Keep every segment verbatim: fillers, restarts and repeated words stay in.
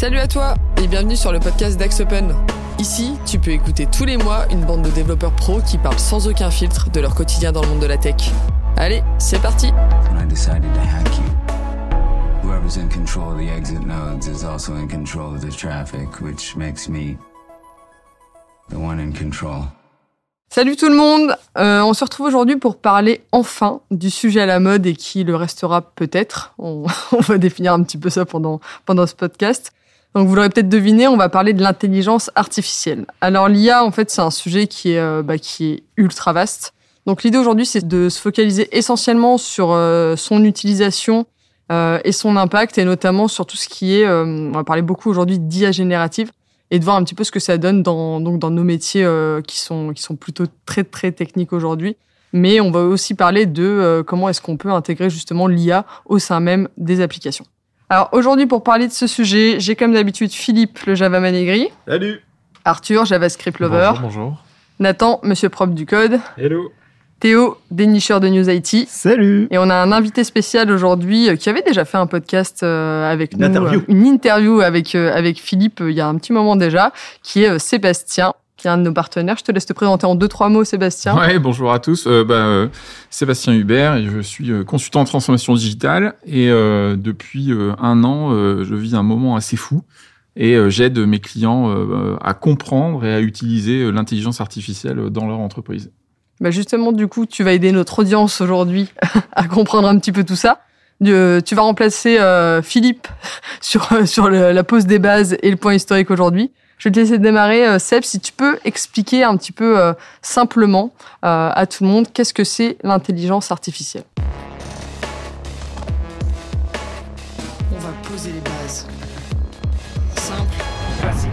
Salut à toi et bienvenue sur le podcast Dax Open. Ici, tu peux écouter tous les mois une bande de développeurs pros qui parlent sans aucun filtre de leur quotidien dans le monde de la tech. Allez, c'est parti. When I decided to hack you, whoever's in control of the exit nodes is also in control of the traffic, which makes me the one in control. Salut tout le monde, euh, on se retrouve aujourd'hui pour parler enfin du sujet à la mode et qui le restera peut-être. On, on va définir un petit peu ça pendant, pendant ce podcast. Donc vous l'aurez peut-être deviné, on va parler de l'intelligence artificielle. Alors l'I A, en fait, c'est un sujet qui est, euh, bah, qui est ultra vaste. Donc l'idée aujourd'hui, c'est de se focaliser essentiellement sur euh, son utilisation euh, et son impact, et notamment sur tout ce qui est, euh, on va parler beaucoup aujourd'hui d'I A générative, et de voir un petit peu ce que ça donne dans, donc dans nos métiers euh, qui sont, qui sont plutôt très, très techniques aujourd'hui. Mais on va aussi parler de euh, comment est-ce qu'on peut intégrer justement l'I A au sein même des applications. Alors aujourd'hui, pour parler de ce sujet, j'ai comme d'habitude Philippe, le Java Manégri. Salut. Arthur, JavaScript Lover. Bonjour, bonjour. Nathan, Monsieur Propre du Code. Hello. Théo, dénicheur de News I T. Salut. Et on a un invité spécial aujourd'hui euh, qui avait déjà fait un podcast euh, avec une nous. Interview. Euh, une interview avec, euh, avec Philippe euh, il y a un petit moment déjà, qui est euh, Sébastien, qui est un de nos partenaires. Je te laisse te présenter en deux, trois mots, Sébastien. Ouais, bonjour à tous. Euh, bah, euh, Sébastien Hubert, et je suis euh, consultant en transformation digitale. Et euh, depuis euh, un an, euh, je vis un moment assez fou. Et euh, j'aide mes clients euh, à comprendre et à utiliser euh, l'intelligence artificielle dans leur entreprise. Bah justement, du coup, tu vas aider notre audience aujourd'hui à comprendre un petit peu tout ça. Euh, tu vas remplacer euh, Philippe sur, euh, sur le, la pose des bases et le point historique aujourd'hui. Je vais te laisser démarrer. Euh, Seb, si tu peux expliquer un petit peu euh, simplement euh, à tout le monde qu'est-ce que c'est l'intelligence artificielle. On va poser les bases. Simple, classique.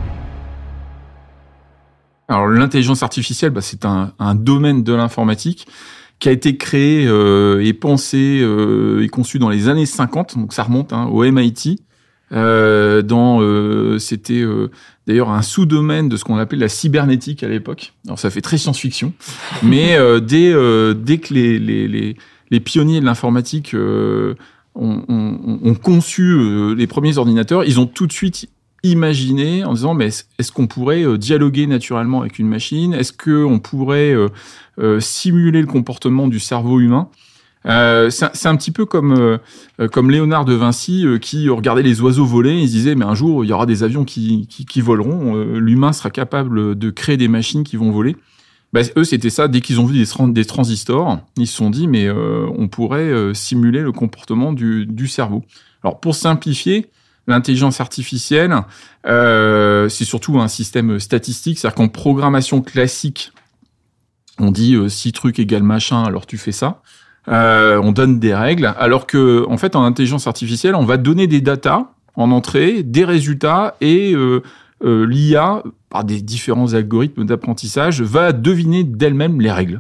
Alors l'intelligence artificielle, bah, c'est un, un domaine de l'informatique qui a été créé euh, et pensé euh, et conçu dans les années cinquante, donc ça remonte hein, au M I T. Euh, dans, euh, c'était euh, d'ailleurs un sous-domaine de ce qu'on appelait la cybernétique à l'époque. Alors ça fait très science-fiction, mais euh, dès, euh, dès que les, les, les, les pionniers de l'informatique euh, ont, ont, ont conçu euh, les premiers ordinateurs, ils ont tout de suite imaginer en disant mais est-ce qu'on pourrait euh, dialoguer naturellement avec une machine ? Est-ce qu'on pourrait euh, euh, simuler le comportement du cerveau humain ? euh, c'est, c'est un petit peu comme euh, comme Léonard de Vinci euh, qui regardait les oiseaux voler et se disait mais un jour il y aura des avions qui qui, qui voleront, euh, l'humain sera capable de créer des machines qui vont voler. Bah, eux c'était ça, dès qu'ils ont vu des, des transistors, ils se sont dit mais euh, on pourrait euh, simuler le comportement du du cerveau. Alors pour simplifier, l'intelligence artificielle, euh, c'est surtout un système statistique, c'est-à-dire qu'en programmation classique, on dit euh, si truc égale machin, alors tu fais ça. Euh, on donne des règles, alors que en fait en intelligence artificielle, on va donner des datas en entrée, des résultats, et euh, euh, l'I A, par des différents algorithmes d'apprentissage, va deviner d'elle-même les règles.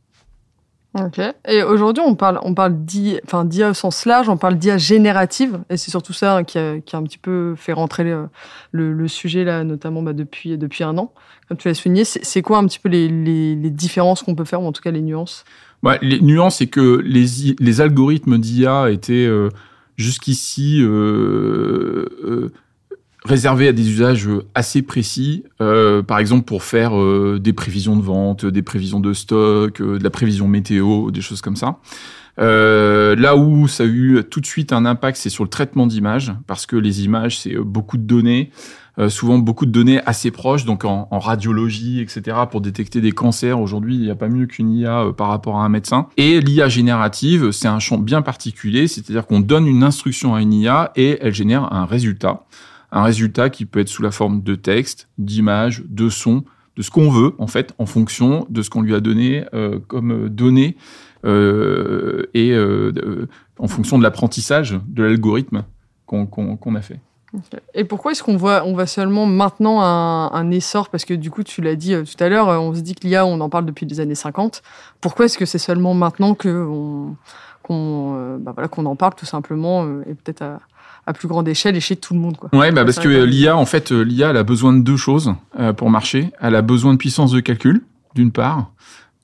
Ok. Et aujourd'hui, on parle, on parle d'I A, enfin, d'I A au sens large, on parle d'I A générative, et c'est surtout ça hein, qui, a, qui a un petit peu fait rentrer le, le, le sujet, là, notamment bah, depuis, depuis un an. Comme tu l'as souligné, c'est, c'est quoi un petit peu les, les, les différences qu'on peut faire, ou en tout cas les nuances ? Ouais, les nuances, c'est que les, les algorithmes d'I A étaient euh, jusqu'ici euh, euh, réservés à des usages assez précis, euh, par exemple pour faire euh, des prévisions de vente, des prévisions de stock, euh, de la prévision météo, des choses comme ça. Euh, là où ça a eu tout de suite un impact, c'est sur le traitement d'images, parce que les images, c'est beaucoup de données, euh, souvent beaucoup de données assez proches, donc en, en radiologie, et cetera, pour détecter des cancers. Aujourd'hui, il n'y a pas mieux qu'une I A euh, par rapport à un médecin. Et l'I A générative, c'est un champ bien particulier, c'est-à-dire qu'on donne une instruction à une I A et elle génère un résultat. Un résultat qui peut être sous la forme de texte, d'images, de sons, de ce qu'on veut, en fait, en fonction de ce qu'on lui a donné euh, comme données euh, et euh, euh, en fonction de l'apprentissage de l'algorithme qu'on, qu'on, qu'on a fait. Okay. Et pourquoi est-ce qu'on voit, on voit seulement maintenant un, un essor ? Parce que du coup, tu l'as dit euh, tout à l'heure, on se dit que l'I A, on en parle depuis les années cinquante. Pourquoi est-ce que c'est seulement maintenant qu'on, qu'on, euh, bah voilà, qu'on en parle tout simplement euh, et peut-être à, à plus grande échelle et chez tout le monde, quoi. Ouais, bah parce que l'I A, en fait, l'I A, elle a besoin de deux choses euh, pour marcher. Elle a besoin de puissance de calcul, d'une part.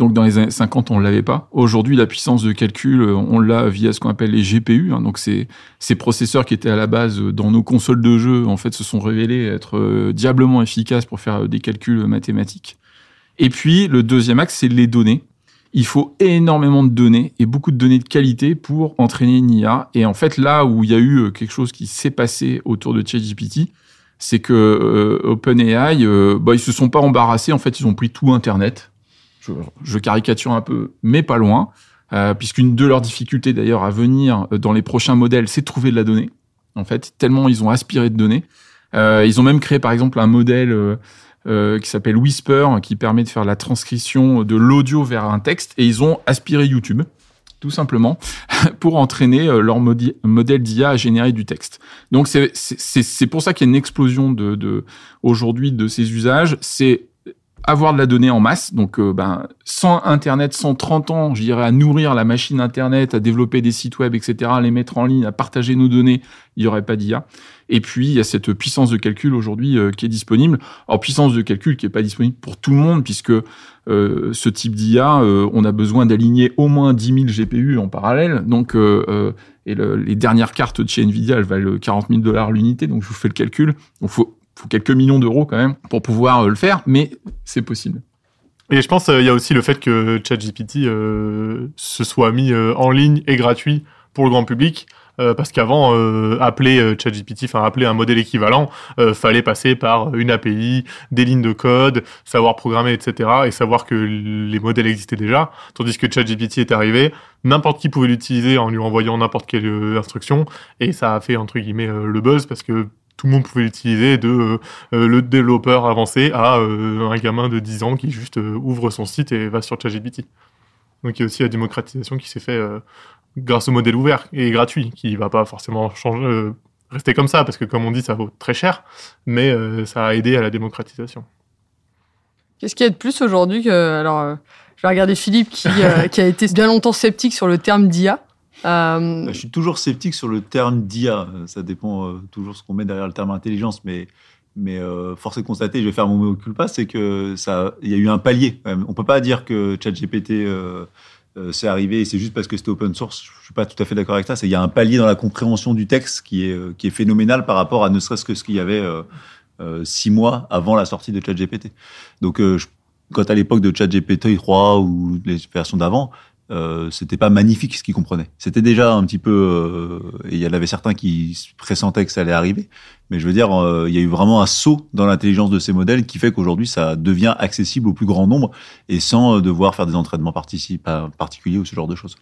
Donc dans les années cinquante, on ne l'avait pas. Aujourd'hui, la puissance de calcul, on l'a via ce qu'on appelle les G P U. Hein. Donc c'est ces processeurs qui étaient à la base dans nos consoles de jeux, en fait, se sont révélés être euh, diablement efficaces pour faire des calculs mathématiques. Et puis le deuxième axe, c'est les données. Il faut énormément de données et beaucoup de données de qualité pour entraîner une I A. Et en fait, là où il y a eu quelque chose qui s'est passé autour de ChatGPT, c'est que euh, OpenAI, euh, bah, ils se sont pas embarrassés. En fait, ils ont pris tout Internet. Je, je caricature un peu, mais pas loin, euh, puisqu'une de leurs difficultés d'ailleurs à venir dans les prochains modèles, c'est de trouver de la donnée. En fait, tellement ils ont aspiré de données. Euh, ils ont même créé, par exemple, un modèle euh, euh, qui s'appelle Whisper, qui permet de faire la transcription de l'audio vers un texte, et ils ont aspiré YouTube, tout simplement, pour entraîner leur modi- modèle d'I A à générer du texte. Donc, c'est, c'est, c'est pour ça qu'il y a une explosion de, de, aujourd'hui de ces usages. C'est avoir de la donnée en masse, donc euh, ben, sans Internet, sans trente ans, je dirais, à nourrir la machine Internet, à développer des sites web, et cetera, à les mettre en ligne, à partager nos données, il n'y aurait pas d'I A. Et puis, il y a cette puissance de calcul aujourd'hui euh, qui est disponible. Alors, puissance de calcul qui n'est pas disponible pour tout le monde, puisque euh, ce type d'I A, euh, on a besoin d'aligner au moins dix mille G P U en parallèle. Donc, euh, euh, et le, les dernières cartes de chez Nvidia, elles valent quarante mille dollars l'unité, donc je vous fais le calcul. Donc, il faut faut quelques millions d'euros quand même pour pouvoir le faire, mais c'est possible. Et je pense qu'il euh, y a aussi le fait que ChatGPT euh, se soit mis euh, en ligne et gratuit pour le grand public, euh, parce qu'avant, euh, appeler euh, ChatGPT, enfin appeler un modèle équivalent, euh, fallait passer par une A P I, des lignes de code, savoir programmer, et cetera, et savoir que les modèles existaient déjà, tandis que ChatGPT est arrivé, n'importe qui pouvait l'utiliser en lui envoyant n'importe quelle euh, instruction, et ça a fait, entre guillemets, euh, le buzz, parce que tout le monde pouvait l'utiliser, de euh, euh, le développeur avancé à euh, un gamin de dix ans qui juste euh, ouvre son site et va sur ChatGPT. Donc il y a aussi la démocratisation qui s'est faite euh, grâce au modèle ouvert et gratuit, qui ne va pas forcément changer, euh, rester comme ça, parce que comme on dit, ça vaut très cher, mais euh, ça a aidé à la démocratisation. Qu'est-ce qu'il y a de plus aujourd'hui que... Alors, euh, je vais regarder Philippe qui, euh, qui a été bien longtemps sceptique sur le terme d'I A. Euh... Je suis toujours sceptique sur le terme d'I A. Ça dépend euh, toujours ce qu'on met derrière le terme intelligence, mais, mais euh, force est de constater, je vais faire mon mea culpa, c'est que ça, il y a eu un palier. On peut pas dire que ChatGPT euh, euh, c'est arrivé et c'est juste parce que c'était open source. Je suis pas tout à fait d'accord avec ça. C'est, il y a un palier dans la compréhension du texte qui est euh, qui est phénoménal par rapport à ne serait-ce que ce qu'il y avait euh, euh, six mois avant la sortie de ChatGPT. Donc, euh, je, quand à l'époque de ChatGPT trois ou les versions d'avant, Euh, c'était pas magnifique ce qu'ils comprenaient. C'était déjà un petit peu... Euh, et il y en avait certains qui pressentaient que ça allait arriver. Mais je veux dire, euh, il y a eu vraiment un saut dans l'intelligence de ces modèles qui fait qu'aujourd'hui, ça devient accessible au plus grand nombre et sans devoir faire des entraînements particip- particuliers ou ce genre de choses.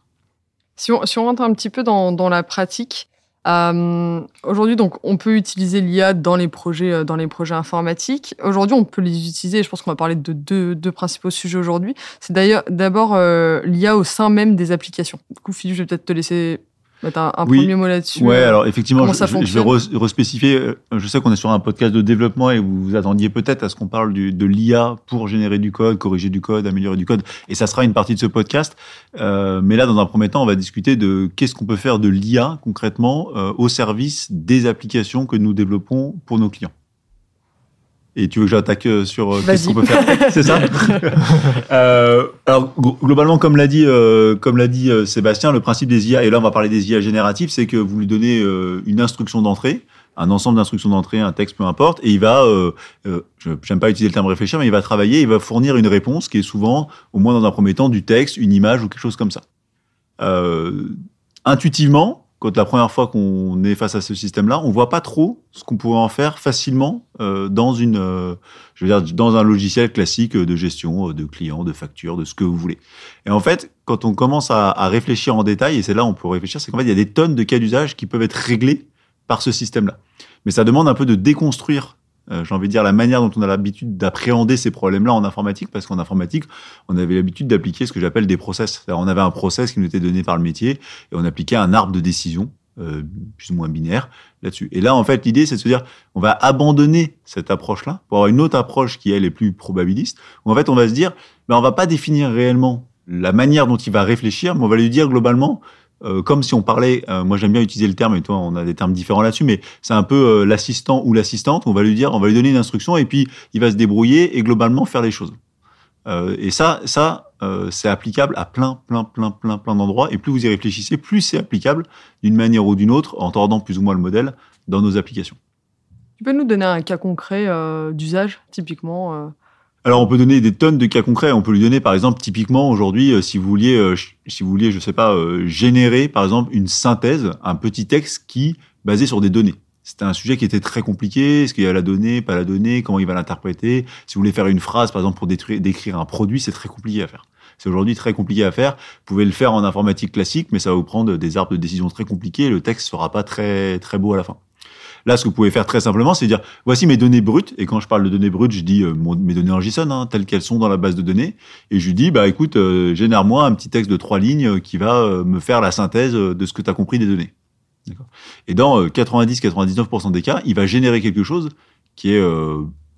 Si on, si on rentre un petit peu dans, dans la pratique, Euh, aujourd'hui, donc, on peut utiliser l'I A dans les projets, dans les projets informatiques. Aujourd'hui, on peut les utiliser. Je pense qu'on va parler de deux, deux principaux sujets aujourd'hui. C'est d'ailleurs d'abord euh, l'I A au sein même des applications. Du coup, Philippe, je vais peut-être te laisser mettre un, un oui. premier mot là-dessus. Ouais, alors effectivement, je, ça je, je vais re, respécifier. Je sais qu'on est sur un podcast de développement et vous vous attendiez peut-être à ce qu'on parle du, de l'I A pour générer du code, corriger du code, améliorer du code. Et ça sera une partie de ce podcast. Euh, mais là, dans un premier temps, on va discuter de qu'est-ce qu'on peut faire de l'I A concrètement euh, au service des applications que nous développons pour nos clients. Et tu veux que j'attaque sur euh, qu'est-ce qu'on peut faire? C'est ça? euh, alors, globalement, comme l'a dit, euh, comme l'a dit euh, Sébastien, le principe des I A, et là, on va parler des I A génératives, c'est que vous lui donnez euh, une instruction d'entrée, un ensemble d'instructions d'entrée, un texte, peu importe, et il va, euh, euh, j'aime pas utiliser le terme réfléchir, mais il va travailler, il va fournir une réponse qui est souvent, au moins dans un premier temps, du texte, une image ou quelque chose comme ça. Euh, intuitivement, quand la première fois qu'on est face à ce système-là, on voit pas trop ce qu'on pourrait en faire facilement euh, dans une, euh, je veux dire, dans un logiciel classique de gestion de clients, de factures, de ce que vous voulez. Et en fait, quand on commence à, à réfléchir en détail, et c'est là où on peut réfléchir, c'est qu'en fait, il y a des tonnes de cas d'usage qui peuvent être réglés par ce système-là. Mais ça demande un peu de déconstruire, euh, j'ai envie de dire, la manière dont on a l'habitude d'appréhender ces problèmes-là en informatique, parce qu'en informatique, on avait l'habitude d'appliquer ce que j'appelle des process. C'est-à-dire, on avait un process qui nous était donné par le métier, et on appliquait un arbre de décision, euh, plus ou moins binaire, là-dessus. Et là, en fait, l'idée, c'est de se dire, on va abandonner cette approche-là pour avoir une autre approche qui, elle, est plus probabiliste, où en fait, on va se dire, ben, on va pas définir réellement la manière dont il va réfléchir, mais on va lui dire globalement, Euh, comme si on parlait, euh, moi j'aime bien utiliser le terme, et toi on a des termes différents là-dessus, mais c'est un peu euh, l'assistant ou l'assistante, on va lui dire, on va lui donner une instruction, et puis il va se débrouiller et globalement faire les choses. Euh, et ça, ça euh, c'est applicable à plein, plein, plein, plein, plein d'endroits. Et plus vous y réfléchissez, plus c'est applicable d'une manière ou d'une autre, en tordant plus ou moins le modèle, dans nos applications. Tu peux nous donner un cas concret euh, d'usage, typiquement euh... Alors, on peut donner des tonnes de cas concrets. On peut lui donner, par exemple, typiquement, aujourd'hui, euh, si vous vouliez, euh, si vous vouliez, je sais pas, euh, générer, par exemple, une synthèse, un petit texte qui, basé sur des données. C'était un sujet qui était très compliqué. Est-ce qu'il y a la donnée, pas la donnée, comment il va l'interpréter? Si vous voulez faire une phrase, par exemple, pour détruire, décrire un produit, c'est très compliqué à faire. C'est aujourd'hui très compliqué à faire. Vous pouvez le faire en informatique classique, mais ça va vous prendre des arbres de décision très compliqués et le texte sera pas très, très beau à la fin. Là, ce que vous pouvez faire très simplement, c'est dire, voici mes données brutes. Et quand je parle de données brutes, je dis euh, mon, mes données en JSON, hein, telles qu'elles sont dans la base de données. Et je lui dis, bah écoute, euh, génère-moi un petit texte de trois lignes euh, qui va euh, me faire la synthèse euh, de ce que tu as compris des données. D'accord. Et dans euh, quatre-vingt-dix à quatre-vingt-dix-neuf pour cent des cas, il va générer quelque chose qui est euh,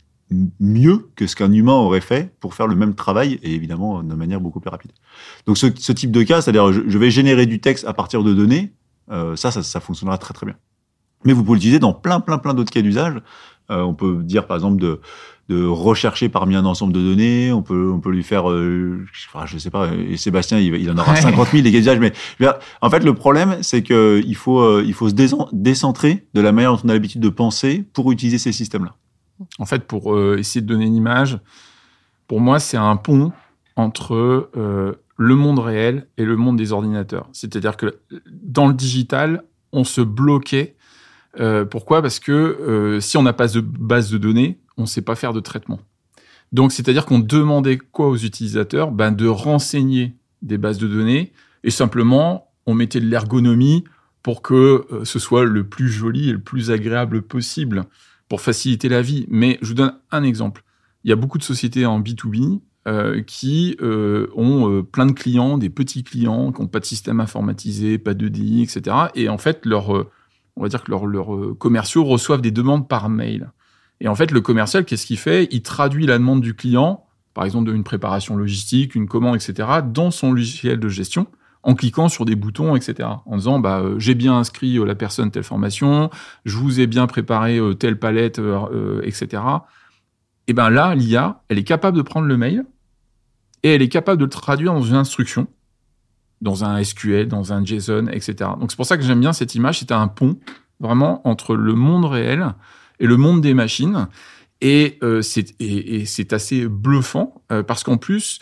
mieux que ce qu'un humain aurait fait pour faire le même travail, et évidemment de manière beaucoup plus rapide. Donc ce, ce type de cas, c'est-à-dire je, je vais générer du texte à partir de données, euh, ça, ça, ça fonctionnera très très bien. Mais vous pouvez l'utiliser dans plein, plein, plein d'autres cas d'usage. Euh, on peut dire, par exemple, de, de rechercher parmi un ensemble de données. On peut, on peut lui faire, euh, enfin, je sais pas, et Sébastien, il, il en aura cinquante mille des cas d'usage. Mais en fait, le problème, c'est que il faut, euh, il faut se dé- décentrer de la manière dont on a l'habitude de penser pour utiliser ces systèmes-là. En fait, pour euh, essayer de donner une image, pour moi, c'est un pont entre euh, le monde réel et le monde des ordinateurs. C'est-à-dire que dans le digital, on se bloquait. Euh, pourquoi ? Parce que euh, si on n'a pas de base de données, on ne sait pas faire de traitement. Donc, c'est-à-dire qu'on demandait quoi aux utilisateurs ? Ben, de renseigner des bases de données et simplement, on mettait de l'ergonomie pour que euh, ce soit le plus joli et le plus agréable possible pour faciliter la vie. Mais je vous donne un exemple. Il y a beaucoup de sociétés en B deux B euh, qui euh, ont euh, plein de clients, des petits clients qui n'ont pas de système informatisé, pas de D I, et cetera. Et en fait, leur... Euh, on va dire que leurs leur commerciaux reçoivent des demandes par mail. Et en fait, le commercial, qu'est-ce qu'il fait ? Il traduit la demande du client, par exemple d'une préparation logistique, une commande, et cetera, dans son logiciel de gestion, en cliquant sur des boutons, et cetera. En disant, bah, euh, j'ai bien inscrit euh, la personne telle formation, je vous ai bien préparé euh, telle palette, euh, euh, et cetera. Et ben là, l'I A, elle est capable de prendre le mail et elle est capable de le traduire dans une instruction, dans un S Q L, dans un JSON, et cetera. Donc, c'est pour ça que j'aime bien cette image. C'était un pont, vraiment, entre le monde réel et le monde des machines. Et, euh, c'est, et, et c'est assez bluffant, euh, parce qu'en plus,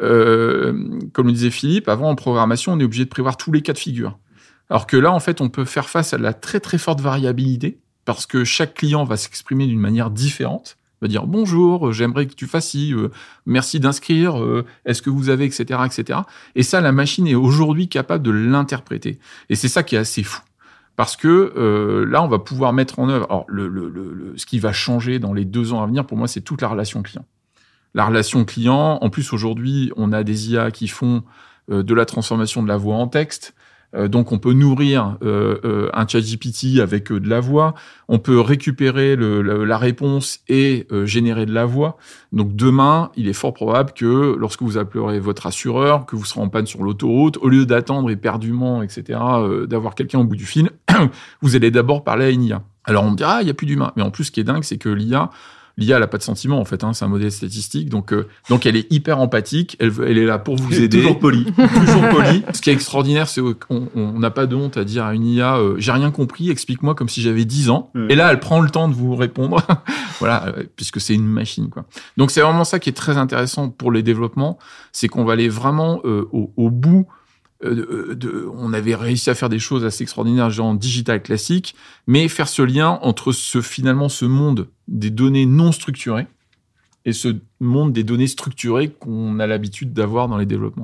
euh, comme le disait Philippe, avant, en programmation, on est obligé de prévoir tous les cas de figure. Alors que là, en fait, on peut faire face à de la très, très forte variabilité, parce que chaque client va s'exprimer d'une manière différente. Va dire bonjour, j'aimerais que tu fasses ci, euh, merci d'inscrire, euh, est-ce que vous avez, et cetera, et cetera. Et ça, la machine est aujourd'hui capable de l'interpréter. Et c'est ça qui est assez fou. Parce que euh, là, on va pouvoir mettre en œuvre... Alors, le, le, le, le, ce qui va changer dans les deux ans à venir, pour moi, c'est toute la relation client. La relation client, en plus, aujourd'hui, on a des I A qui font euh, de la transformation de la voix en texte. Euh, donc, on peut nourrir euh, euh, un ChatGPT avec euh, de la voix. On peut récupérer le, le, la réponse et euh, générer de la voix. Donc, demain, il est fort probable que lorsque vous appellerez votre assureur, que vous serez en panne sur l'autoroute, au lieu d'attendre éperdument, et cetera, euh, d'avoir quelqu'un au bout du fil, vous allez d'abord parler à une I A. Alors, on me dira, ah, il n'y a plus d'humain. Mais en plus, ce qui est dingue, c'est que l'I A... L'I A, elle n'a pas de sentiment, en fait, hein, c'est un modèle statistique, donc, euh, donc elle est hyper empathique, elle, elle est là pour vous aider. Toujours polie. Toujours polie. Ce qui est extraordinaire, c'est qu'on n'a pas de honte à dire à une I A, euh, j'ai rien compris, explique-moi comme si j'avais dix ans. Ouais. Et là, elle prend le temps de vous répondre. Voilà, euh, puisque c'est une machine, quoi. Donc c'est vraiment ça qui est très intéressant pour les développements, c'est qu'on va aller vraiment euh, au, au bout. De, de, on avait réussi à faire des choses assez extraordinaires, genre digital classique, mais faire ce lien entre ce, finalement, ce monde des données non structurées et ce monde des données structurées qu'on a l'habitude d'avoir dans les développements.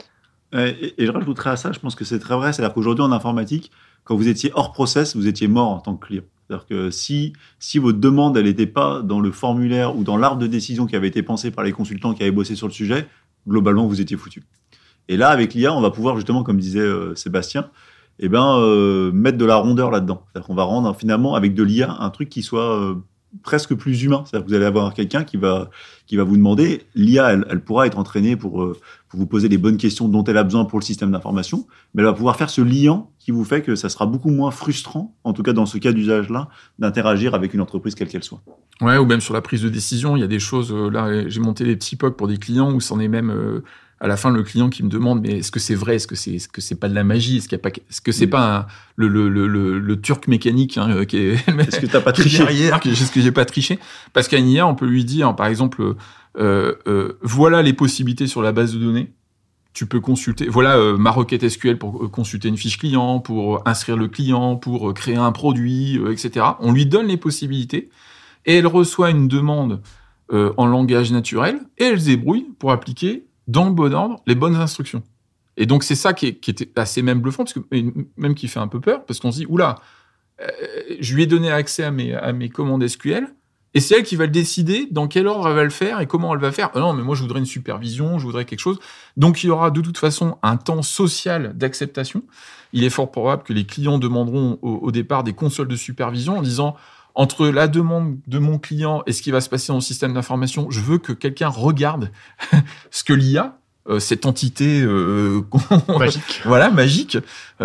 Et, et je rajouterais à ça, je pense que c'est très vrai, c'est-à-dire qu'aujourd'hui en informatique, quand vous étiez hors process, vous étiez mort en tant que client. C'est-à-dire que si, si votre demande, elle n'était pas dans le formulaire ou dans l'arbre de décision qui avait été pensé par les consultants qui avaient bossé sur le sujet, globalement, vous étiez foutu. Et là, avec l'I A, on va pouvoir justement, comme disait euh, Sébastien, eh ben, euh, mettre de la rondeur là-dedans. C'est-à-dire qu'on va rendre finalement, avec de l'I A, un truc qui soit euh, presque plus humain. C'est-à-dire que vous allez avoir quelqu'un qui va, qui va vous demander, l'I A, elle, elle pourra être entraînée pour, euh, pour vous poser les bonnes questions dont elle a besoin pour le système d'information, mais elle va pouvoir faire ce lien qui vous fait que ça sera beaucoup moins frustrant, en tout cas dans ce cas d'usage-là, d'interagir avec une entreprise quelle qu'elle soit. Ouais, ou même sur la prise de décision, il y a des choses, euh, là, j'ai monté des petits P O C pour des clients où c'en est même... Euh, à la fin, le client qui me demande, mais est-ce que c'est vrai? Est-ce que c'est, est-ce que c'est pas de la magie? Est-ce qu'il y a pas, est-ce que c'est pas un, le, le, le, le, le turc mécanique, hein, qui est, est-ce que t'as pas triché derrière, que, est-ce que j'ai pas triché? Parce qu'à une I A, on peut lui dire, par exemple, euh, euh, voilà les possibilités sur la base de données. Tu peux consulter, voilà euh, ma requête S Q L pour euh, consulter une fiche client, pour euh, inscrire le client, pour euh, créer un produit, euh, et cetera. On lui donne les possibilités et elle reçoit une demande euh, en langage naturel et elle se débrouille pour appliquer dans le bon ordre les bonnes instructions. Et donc c'est ça qui, est, qui était assez même bluffant, parce que même qui fait un peu peur, parce qu'on se dit oula, euh, je lui ai donné accès à mes, à mes commandes S Q L. Et c'est elle qui va le décider dans quel ordre elle va le faire et comment elle va faire. Ah non, mais moi, je voudrais une supervision, je voudrais quelque chose. Donc, il y aura de toute façon un temps social d'acceptation. Il est fort probable que les clients demanderont au, au départ des consoles de supervision en disant, entre la demande de mon client et ce qui va se passer dans le système d'information, je veux que quelqu'un regarde ce que l'I A, euh, cette entité euh, magique, voilà, magique,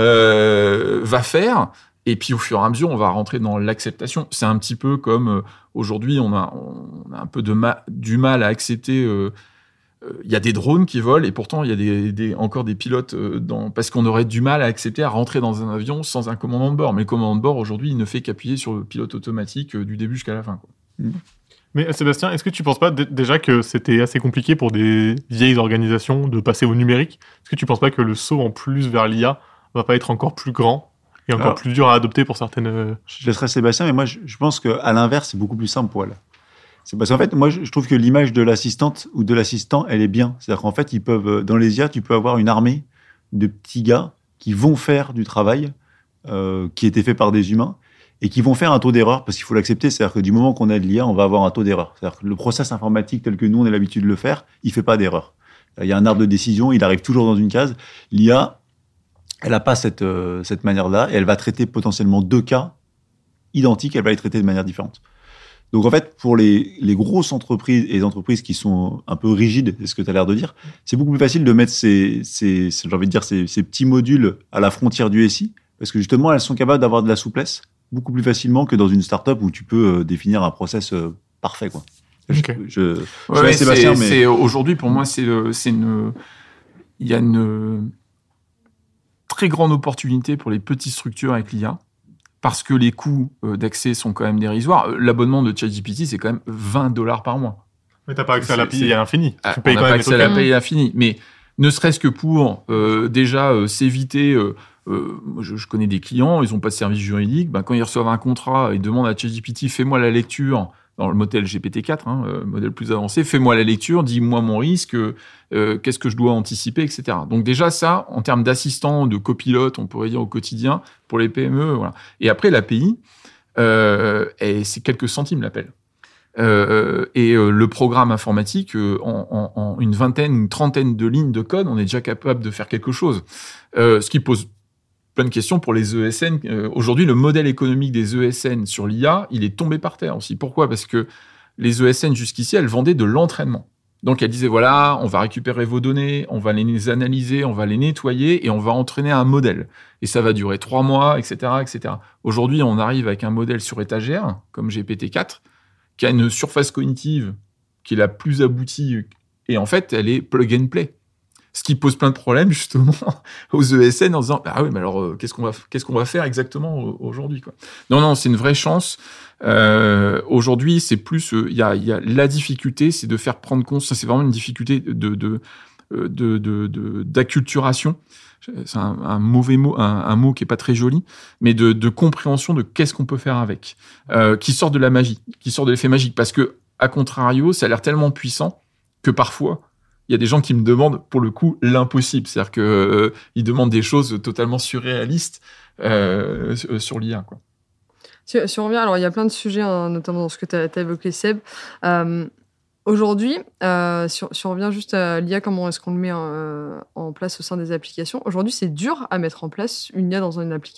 euh, va faire. Et puis, au fur et à mesure, on va rentrer dans l'acceptation. C'est un petit peu comme euh, aujourd'hui, on a, on a un peu de ma- du mal à accepter. Il euh, euh, y a des drones qui volent et pourtant, il y a des, des, encore des pilotes euh, dans, parce qu'on aurait du mal à accepter à rentrer dans un avion sans un commandant de bord. Mais le commandant de bord, aujourd'hui, il ne fait qu'appuyer sur le pilote automatique euh, du début jusqu'à la fin, quoi. Mmh. Mais Sébastien, est-ce que tu ne penses pas d- déjà que c'était assez compliqué pour des vieilles organisations de passer au numérique? Est-ce que tu ne penses pas que le saut en plus vers l'I A va pas être encore plus grand et encore Alors, plus dur à adopter pour certaines... Je laisserai Sébastien, mais moi, je, je pense qu'à l'inverse, c'est beaucoup plus simple pour elle. C'est parce qu'en fait, moi, je trouve que l'image de l'assistante ou de l'assistant, elle est bien. C'est-à-dire qu'en fait, ils peuvent, dans les I A, tu peux avoir une armée de petits gars qui vont faire du travail euh, qui était fait par des humains et qui vont faire un taux d'erreur, parce qu'il faut l'accepter. C'est-à-dire que du moment qu'on a de l'I A, on va avoir un taux d'erreur. C'est-à-dire que le process informatique tel que nous, on a l'habitude de le faire, il fait pas d'erreur. Il y a un arbre de décision, il arrive toujours dans une case. L'I A, elle n'a pas cette, euh, cette manière-là, et elle va traiter potentiellement deux cas identiques, elle va les traiter de manière différente. Donc en fait, pour les, les grosses entreprises et les entreprises qui sont un peu rigides, c'est ce que tu as l'air de dire, c'est beaucoup plus facile de mettre ces, ces, ces, j'ai envie de dire, ces, ces petits modules à la frontière du S I, parce que justement, elles sont capables d'avoir de la souplesse beaucoup plus facilement que dans une start-up où tu peux euh, définir un process euh, parfait, quoi. Okay. Je, je, je ouais, Sébastien, c'est, mais... c'est, aujourd'hui, pour moi, c'est, le, c'est une... Il y a une très grande opportunité pour les petites structures avec l'I A, parce que les coûts d'accès sont quand même dérisoires. L'abonnement de ChatGPT, c'est quand même vingt dollars par mois. Mais t'as pas accès c'est, à l'A P I à l'infini. Ah, tu payes on quand n'a même pas accès à l'A P I à l'infini. Mais ne serait-ce que pour euh, déjà euh, s'éviter... Euh, euh, je, je connais des clients, ils n'ont pas de service juridique. Ben, quand ils reçoivent un contrat, ils demandent à ChatGPT, fais-moi la lecture... dans le modèle G P T quatre, hein, euh, modèle plus avancé, fais-moi la lecture, dis-moi mon risque, euh, qu'est-ce que je dois anticiper, et cetera. Donc déjà ça, en termes d'assistant, de copilote, on pourrait dire au quotidien, pour les P M E, voilà. Et après l'A P I, euh, et c'est quelques centimes l'appel. Euh, et euh, le programme informatique, euh, en, en, en une vingtaine, une trentaine de lignes de code, on est déjà capable de faire quelque chose. Euh, ce qui pose plein de questions pour les E S N. Euh, aujourd'hui, le modèle économique des E S N sur l'I A, il est tombé par terre aussi. Pourquoi ? Parce que les E S N, jusqu'ici, elles vendaient de l'entraînement. Donc, elles disaient, voilà, on va récupérer vos données, on va les analyser, on va les nettoyer et on va entraîner un modèle. Et ça va durer trois mois, et cetera, et cetera. Aujourd'hui, on arrive avec un modèle sur étagère, comme G P T quatre, qui a une surface cognitive qui est la plus aboutie. Et en fait, elle est plug and play. Ce qui pose plein de problèmes, justement, aux E S N en disant, ah oui, mais alors, euh, qu'est-ce qu'on va, qu'est-ce qu'on va faire exactement aujourd'hui, quoi. Non, non, c'est une vraie chance. Euh, aujourd'hui, c'est plus, il euh, y a, il y a la difficulté, c'est de faire prendre compte, ça, c'est vraiment une difficulté de, de, de, de, de, de d'acculturation. C'est un, un mauvais mot, un, un mot qui est pas très joli, mais de, de compréhension de qu'est-ce qu'on peut faire avec, euh, qui sort de la magie, qui sort de l'effet magique, parce que, à contrario, ça a l'air tellement puissant que parfois, il y a des gens qui me demandent, pour le coup, l'impossible. C'est-à-dire qu'ils euh, demandent des choses totalement surréalistes euh, sur l'I A, quoi. Si, si on revient, alors il y a plein de sujets, hein, notamment dans ce que tu as évoqué, Seb. Euh, aujourd'hui, euh, si, si on revient juste à l'I A, comment est-ce qu'on le met en, en place au sein des applications ? Aujourd'hui, c'est dur à mettre en place une I A dans une application ?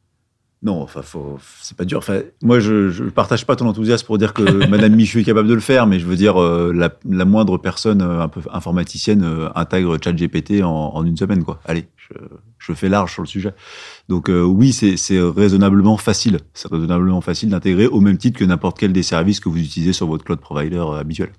Non, enfin, faut, c'est pas dur. Enfin, moi, je, je partage pas ton enthousiasme pour dire que Madame Michu est capable de le faire, mais je veux dire, euh, la, la moindre personne euh, un peu informaticienne euh, intègre ChatGPT en, en une semaine, quoi. Allez, je, je fais large sur le sujet. Donc euh, oui, c'est, c'est raisonnablement facile. C'est raisonnablement facile d'intégrer au même titre que n'importe quel des services que vous utilisez sur votre cloud provider euh, habituel.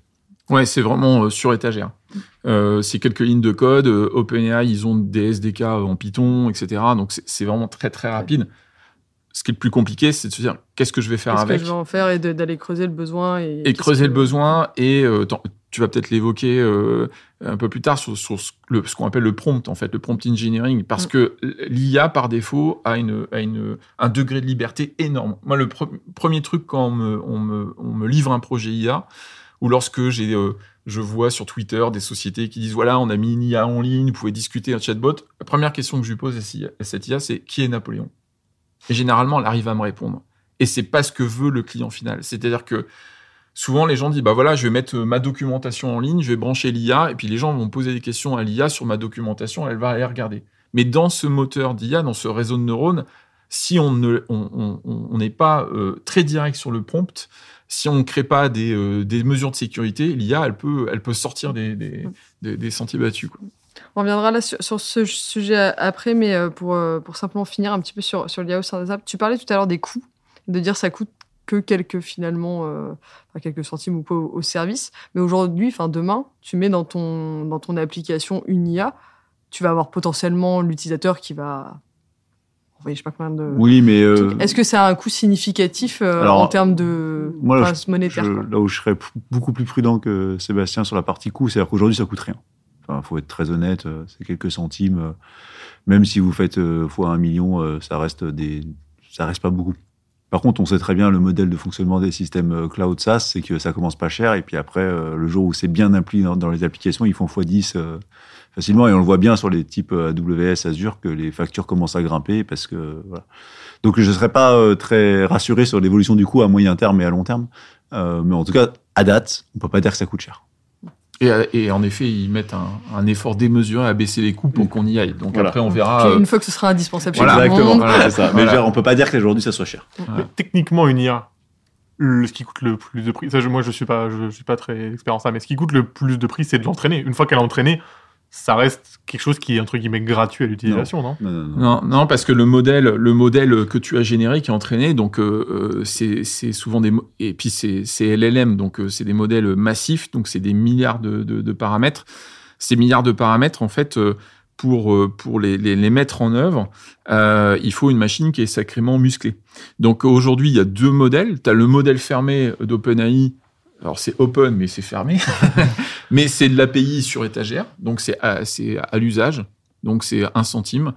Ouais, c'est vraiment euh, sur étagère. Euh, c'est quelques lignes de code. Euh, OpenAI, ils ont des S D K en Python, et cetera. Donc, c'est, c'est vraiment très, très rapide. Ce qui est le plus compliqué, c'est de se dire qu'est-ce que je vais faire Qu'est-ce avec. que je vais en faire et de, d'aller creuser le besoin. Et, et creuser que... le besoin. Et euh, tu vas peut-être l'évoquer euh, un peu plus tard sur, sur ce, le, ce qu'on appelle le prompt, en fait, le prompt engineering. Parce mm. que l'I A, par défaut, a, une, a une, un degré de liberté énorme. Moi, le pre- premier truc, quand on me, on, me, on me livre un projet I A, ou lorsque j'ai, euh, je vois sur Twitter des sociétés qui disent voilà, on a mis une I A en ligne, vous pouvez discuter un chatbot. La première question que je lui pose à cette I A, c'est qui est Napoléon ? Et généralement, elle arrive à me répondre. Et c'est pas ce que veut le client final. C'est-à-dire que souvent, les gens disent bah voilà, je vais mettre ma documentation en ligne, je vais brancher l'I A, et puis les gens vont poser des questions à l'I A sur ma documentation, elle va aller regarder. Mais dans ce moteur d'I A, dans ce réseau de neurones, si on ne, on, on, on n'est pas euh, très direct sur le prompt, si on ne crée pas des, euh, des mesures de sécurité, l'I A, elle peut, elle peut sortir des, des, des, des sentiers battus, quoi. On reviendra là sur, sur ce sujet après, mais pour, pour simplement finir un petit peu sur, sur l'I A au sein des apps, tu parlais tout à l'heure des coûts, de dire ça coûte que quelques, finalement, euh, enfin quelques centimes ou pas au, au service. Mais aujourd'hui, enfin demain, tu mets dans ton, dans ton application une I A, tu vas avoir potentiellement l'utilisateur qui va envoyer je sais pas combien de... Oui, mais... Euh... Est-ce que ça a un coût significatif euh, Alors, en termes de moi, là, monétaire je, là où je serais p- beaucoup plus prudent que Sébastien sur la partie coût, c'est-à-dire qu'aujourd'hui, ça coûte rien. Enfin, faut être très honnête, c'est quelques centimes. Même si vous faites euh, fois un million, ça reste des, ça reste pas beaucoup. Par contre, on sait très bien le modèle de fonctionnement des systèmes cloud SaaS, c'est que ça commence pas cher et puis après, euh, le jour où c'est bien impliqué dans, dans les applications, ils font fois dix euh, facilement et on le voit bien sur les types A W S, Azure que les factures commencent à grimper parce que voilà. Donc, je serais pas euh, très rassuré sur l'évolution du coût à moyen terme et à long terme, euh, mais en tout cas, à date, on peut pas dire que ça coûte cher. Et, et en effet, ils mettent un, un effort démesuré à baisser les coûts pour qu'on y aille. Donc voilà. Après, on verra. Une fois que ce sera indispensable. Voilà, chez exactement. Tout le monde. Voilà, c'est ça. Mais voilà. genre, on peut pas dire qu'aujourd'hui ça soit cher. Ouais. Techniquement, une I A, le, ce qui coûte le plus de prix, ça, je, moi je suis pas, je, je suis pas très expert en ça, mais ce qui coûte le plus de prix, c'est de l'entraîner. Une fois qu'elle est entraînée, ça reste quelque chose qui est entre guillemets gratuit à l'utilisation, non, non, non, non, non, non, parce que le modèle, le modèle que tu as généré, qui est entraîné, donc euh, c'est, c'est souvent des mo- et puis c'est, c'est L L M, donc euh, c'est des modèles massifs, donc c'est des milliards de, de, de paramètres. Ces milliards de paramètres, en fait, euh, pour euh, pour les, les les mettre en œuvre, euh, il faut une machine qui est sacrément musclée. Donc aujourd'hui, il y a deux modèles. Tu as le modèle fermé d'OpenAI. Alors, c'est open, mais c'est fermé. Mais c'est de l'A P I sur étagère. Donc, c'est à, c'est à l'usage. Donc, c'est un centime,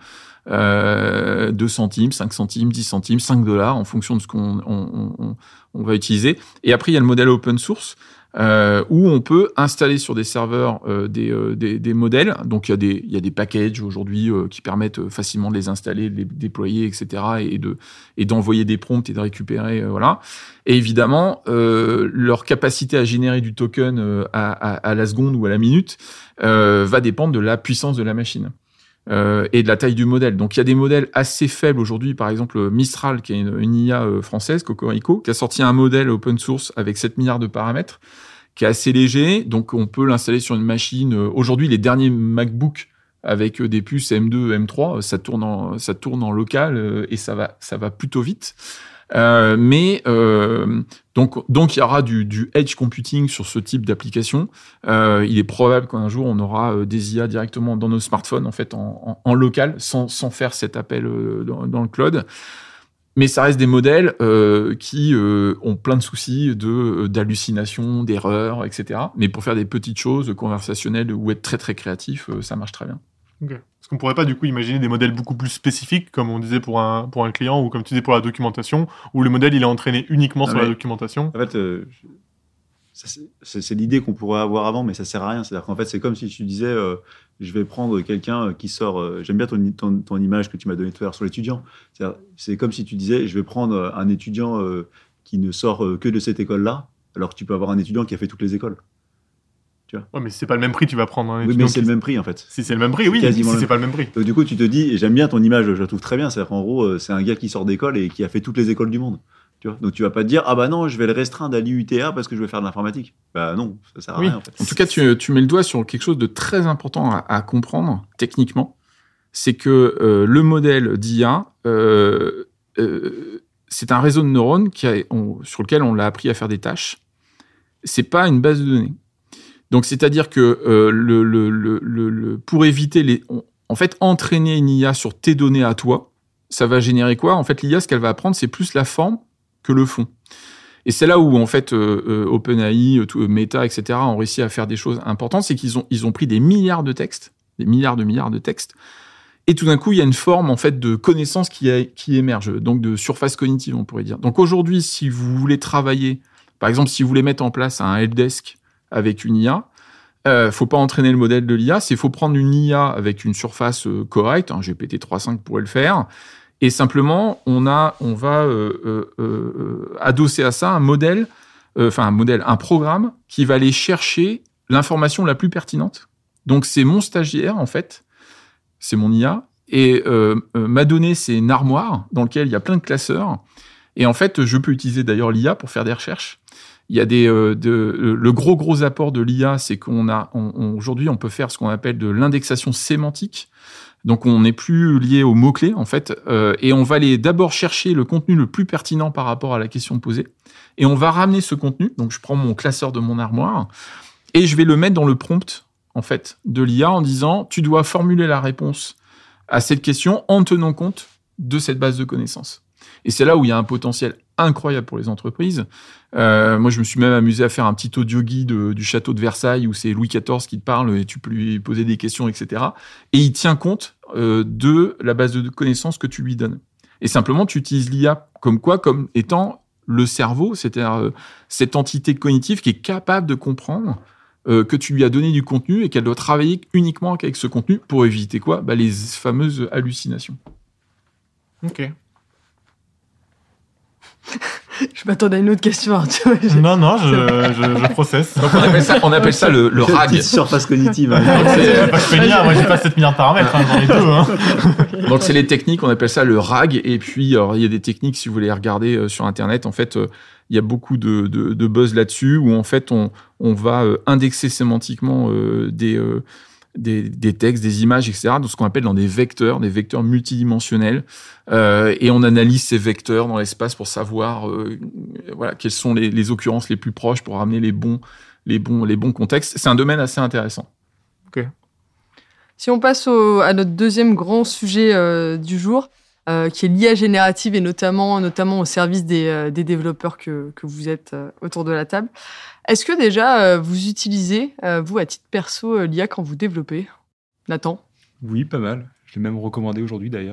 euh, deux centimes, cinq centimes, dix centimes, cinq dollars, en fonction de ce qu'on on, on, on va utiliser. Et après, il y a le modèle open source, euh, où on peut installer sur des serveurs euh, des, euh, des, des modèles. Donc, il y a des, il y a des packages aujourd'hui euh, qui permettent facilement de les installer, de les déployer, et cetera, et, de, et d'envoyer des prompts et de récupérer, euh, voilà. Et évidemment, euh, leur capacité à générer du token euh, à, à, à la seconde ou à la minute euh, va dépendre de la puissance de la machine euh, et de la taille du modèle. Donc, il y a des modèles assez faibles aujourd'hui. Par exemple, Mistral, qui est une, une I A euh, française, Cocorico, qui a sorti un modèle open source avec sept milliards de paramètres, qui est assez léger. Donc, on peut l'installer sur une machine. Euh, aujourd'hui, les derniers MacBook avec euh, des puces M deux, M trois, ça tourne en, ça tourne en local euh, et ça va, ça va plutôt vite. Euh, mais euh, donc donc il y aura du, du edge computing sur ce type d'application. Euh, il est probable qu'un jour on aura euh, des I A directement dans nos smartphones en fait en, en, en local sans sans faire cet appel euh, dans, dans le cloud. Mais ça reste des modèles euh, qui euh, ont plein de soucis de d'hallucinations, d'erreurs, et cetera. Mais pour faire des petites choses conversationnelles ou être très très créatif, euh, ça marche très bien. Okay. Est-ce qu'on pourrait pas du coup imaginer des modèles beaucoup plus spécifiques, comme on disait pour un, pour un client, ou comme tu disais pour la documentation, où le modèle il est entraîné uniquement ah sur mais, la documentation? En fait, euh, ça, c'est, c'est, c'est l'idée qu'on pourrait avoir avant, mais ça sert à rien. C'est-à-dire qu'en fait, c'est comme si tu disais, euh, je vais prendre quelqu'un qui sort... Euh, j'aime bien ton, ton, ton image que tu m'as donnée tout à l'heure sur l'étudiant. C'est-à-dire, c'est comme si tu disais, je vais prendre un étudiant euh, qui ne sort euh, que de cette école-là, alors que tu peux avoir un étudiant qui a fait toutes les écoles. Tu vois. Ouais, mais si c'est pas le même prix, tu vas prendre un Oui, mais c'est qui... le même prix, en fait. Si c'est le même prix, oui, si c'est pas le même prix. Donc, du coup, tu te dis, et j'aime bien ton image, je la trouve très bien, c'est-à-dire qu'en gros, c'est un gars qui sort d'école et qui a fait toutes les écoles du monde. Tu vois. Donc, tu vas pas te dire, ah bah non, je vais le restreindre à l'I U T A parce que je vais faire de l'informatique. Bah non, ça sert à oui. rien, en fait. En tout cas, tu, tu mets le doigt sur quelque chose de très important à, à comprendre, techniquement. C'est que euh, le modèle d'I A, euh, euh, c'est un réseau de neurones qui a, on, sur lequel on l'a appris à faire des tâches. C'est pas une base de données. Donc, c'est-à-dire que euh, le, le, le, le, le, pour éviter les... On, en fait, entraîner une I A sur tes données à toi, ça va générer quoi ? En fait, l'I A, ce qu'elle va apprendre, c'est plus la forme que le fond. Et c'est là où, en fait, euh, euh, OpenAI, euh, Meta, et cetera, ont réussi à faire des choses importantes. C'est qu'ils ont, ils ont pris des milliards de textes, des milliards de milliards de textes, et tout d'un coup, il y a une forme, en fait, de connaissance qui, a, qui émerge, donc de surface cognitive, on pourrait dire. Donc aujourd'hui, si vous voulez travailler, par exemple, si vous voulez mettre en place un helpdesk avec une I A, euh, faut pas entraîner le modèle de l'I A, c'est faut prendre une I A avec une surface euh, correcte, un G P T trois point cinq pourrait le faire, et simplement, on, a, on va euh, euh, euh, adosser à ça un modèle, euh, enfin un modèle, un programme qui va aller chercher l'information la plus pertinente. Donc, c'est mon stagiaire, en fait, c'est mon I A, et euh, euh, m'a donné, c'est une armoire dans laquelle il y a plein de classeurs. Et en fait, je peux utiliser d'ailleurs l'I A pour faire des recherches. Il y a des, euh, de, le gros, gros apport de l'I A, c'est qu'on a, on, on, aujourd'hui, on peut faire ce qu'on appelle de l'indexation sémantique. Donc, on n'est plus lié aux mots-clés, en fait, euh, et on va aller d'abord chercher le contenu le plus pertinent par rapport à la question posée, et on va ramener ce contenu, donc je prends mon classeur de mon armoire, et je vais le mettre dans le prompt, en fait, de l'I A en disant « tu dois formuler la réponse à cette question en tenant compte de cette base de connaissances ». Et c'est là où il y a un potentiel incroyable pour les entreprises. Euh, moi, je me suis même amusé à faire un petit audio guide du château de Versailles où c'est Louis quatorze qui te parle et tu peux lui poser des questions, et cetera. Et il tient compte euh, de la base de connaissances que tu lui donnes. Et simplement, tu utilises l'I A comme quoi ? Comme étant le cerveau, c'est-à-dire euh, cette entité cognitive qui est capable de comprendre euh, que tu lui as donné du contenu et qu'elle doit travailler uniquement avec ce contenu pour éviter quoi ? Bah, les fameuses hallucinations. Ok. Je m'attendais à une autre question, Arthur. Non, non, je, je, je processe. Donc on appelle ça, on appelle ça le, le R A G. Surface cognitive. Hein. C'est pas que je fais lire, moi j'ai pas sept milliards de paramètres, hein, j'en ai deux. Hein. Donc c'est les techniques, on appelle ça le R A G. Et puis alors, il y a des techniques, si vous voulez regarder euh, sur Internet, en fait, euh, il y a beaucoup de, de, de buzz là-dessus, où en fait on, on va euh, indexer sémantiquement euh, des... Euh, Des, des textes, des images, et cetera, dans ce qu'on appelle dans des vecteurs, des vecteurs multidimensionnels, euh, et on analyse ces vecteurs dans l'espace pour savoir, euh, voilà, quelles sont les, les occurrences les plus proches pour ramener les bons, les bons, les bons contextes. C'est un domaine assez intéressant. Ok. Si on passe au, à notre deuxième grand sujet euh, du jour, euh, qui est l'I A générative et notamment, notamment au service des, euh, des développeurs que, que vous êtes euh, autour de la table. Est-ce que déjà, euh, vous utilisez, euh, vous, à titre perso, euh, l'I A quand vous développez ? Nathan ? Oui, pas mal. Je l'ai même recommandé aujourd'hui, d'ailleurs.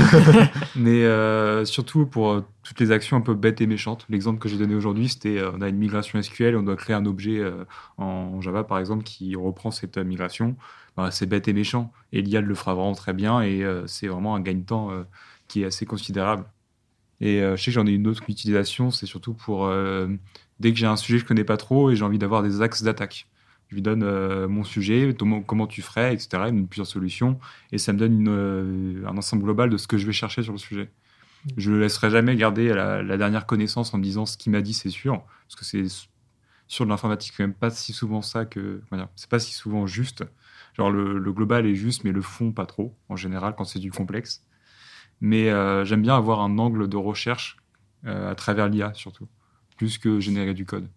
Mais euh, surtout pour euh, toutes les actions un peu bêtes et méchantes. L'exemple que j'ai donné aujourd'hui, c'était euh, on a une migration S Q L, on doit créer un objet euh, en Java, par exemple, qui reprend cette euh, migration. Ben, c'est bête et méchant. Et l'I A le fera vraiment très bien et euh, c'est vraiment un gain de temps euh, qui est assez considérable. Et euh, je sais que j'en ai une autre utilisation, c'est surtout pour... Euh, dès que j'ai un sujet que je connais pas trop et j'ai envie d'avoir des axes d'attaque. Je lui donne euh, mon sujet, ton, comment tu ferais, et cetera. Il me donne plusieurs solutions et ça me donne une, euh, un ensemble global de ce que je vais chercher sur le sujet. Je ne le laisserai jamais garder la, la dernière connaissance en me disant ce qu'il m'a dit, c'est sûr. Parce que c'est sur de l'informatique, c'est quand même pas si souvent ça que... Comment dire, c'est pas si souvent juste. Genre le, le global est juste, mais le fond pas trop, en général, quand c'est du complexe. Mais euh, j'aime bien avoir un angle de recherche euh, à travers l'I A, surtout. Plus que générer du code.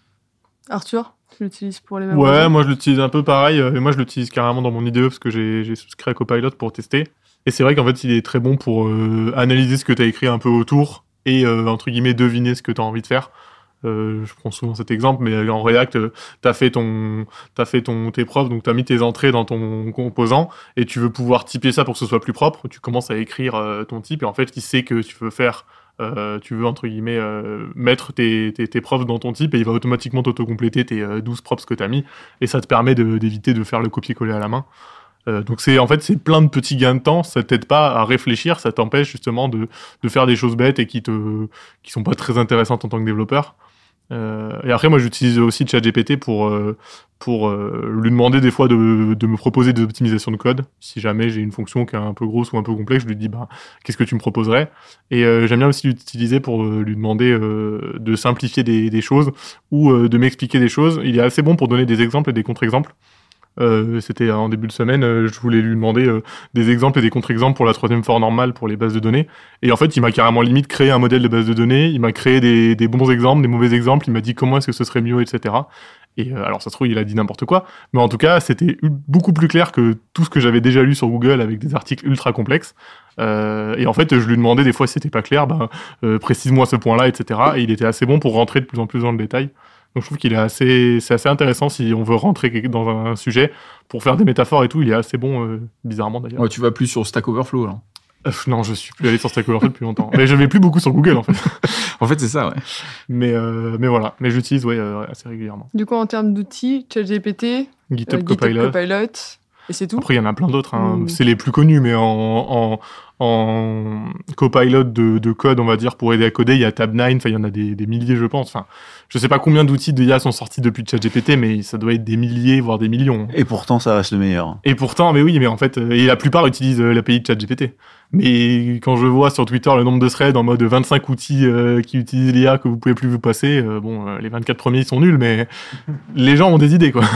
Arthur, tu l'utilises pour les mêmes Ouais, raisons ? moi je l'utilise un peu pareil. Et moi je l'utilise carrément dans mon I D E parce que j'ai, j'ai souscrit à Copilot pour tester. Et c'est vrai qu'en fait il est très bon pour euh, analyser ce que tu as écrit un peu autour et euh, entre guillemets deviner ce que tu as envie de faire. Euh, je prends souvent cet exemple, mais en React, euh, t'as fait ton, t'as fait ton, tes profs, donc t'as mis tes entrées dans ton composant, et tu veux pouvoir typer ça pour que ce soit plus propre. Tu commences à écrire euh, ton type, et en fait, il sait que tu veux faire, euh, tu veux entre guillemets euh, mettre tes, tes, tes profs dans ton type, et il va automatiquement t'auto-compléter tes euh, douze props que t'as mis, et ça te permet de, d'éviter de faire le copier-coller à la main. Euh, donc c'est en fait c'est plein de petits gains de temps, ça t'aide pas à réfléchir, ça t'empêche justement de, de faire des choses bêtes et qui te, qui sont pas très intéressantes en tant que développeur. Euh, et après, moi, j'utilise aussi ChatGPT pour euh, pour euh, lui demander des fois de, de me proposer des optimisations de code. Si jamais j'ai une fonction qui est un peu grosse ou un peu complexe, je lui dis bah qu'est-ce que tu me proposerais. Et euh, j'aime bien aussi l'utiliser pour euh, lui demander euh, de simplifier des, des choses ou euh, de m'expliquer des choses. Il est assez bon pour donner des exemples et des contre-exemples. Euh, c'était en début de semaine, euh, je voulais lui demander euh, des exemples et des contre-exemples pour la troisième for normale pour les bases de données. Et en fait, il m'a carrément limite créé un modèle de base de données. Il m'a créé des, des bons exemples, des mauvais exemples. Il m'a dit comment est-ce que ce serait mieux, et cetera. Et euh, alors, ça se trouve, il a dit n'importe quoi. Mais en tout cas, c'était u- beaucoup plus clair que tout ce que j'avais déjà lu sur Google avec des articles ultra complexes. Euh, et en fait, je lui demandais des fois si c'était pas clair, ben, euh, précise-moi ce point-là, et cetera. Et il était assez bon pour rentrer de plus en plus dans le détail. Donc, je trouve qu'il est assez, c'est assez intéressant si on veut rentrer dans un sujet pour faire des métaphores et tout. Il est assez bon, euh, bizarrement d'ailleurs. Ouais, tu vas plus sur Stack Overflow, alors. Euh, non, je suis plus allé sur Stack Overflow depuis longtemps. Mais je vais plus beaucoup sur Google, en fait. En fait, c'est ça, ouais. Mais, euh, mais voilà. Mais j'utilise, ouais, euh, assez régulièrement. Du coup, en termes d'outils, ChatGPT, GitHub euh, Copilot. GitHub Copilot, et c'est tout. Après, il y en a plein d'autres. Hein. Mm. C'est les plus connus, mais en, en, en copilot de, de code, on va dire, pour aider à coder, il y a Tab neuf. Enfin, il y en a des, des milliers, je pense. Enfin, je sais pas combien d'outils d'I A sont sortis depuis ChatGPT, mais ça doit être des milliers, voire des millions. Et pourtant, ça reste le meilleur. Et pourtant, mais oui, mais en fait, euh, et la plupart utilisent euh, l'A P I de ChatGPT. Mais quand je vois sur Twitter le nombre de threads en mode vingt-cinq outils euh, qui utilisent l'I A que vous pouvez plus vous passer, euh, bon, euh, les vingt-quatre premiers, ils sont nuls, mais les gens ont des idées, quoi.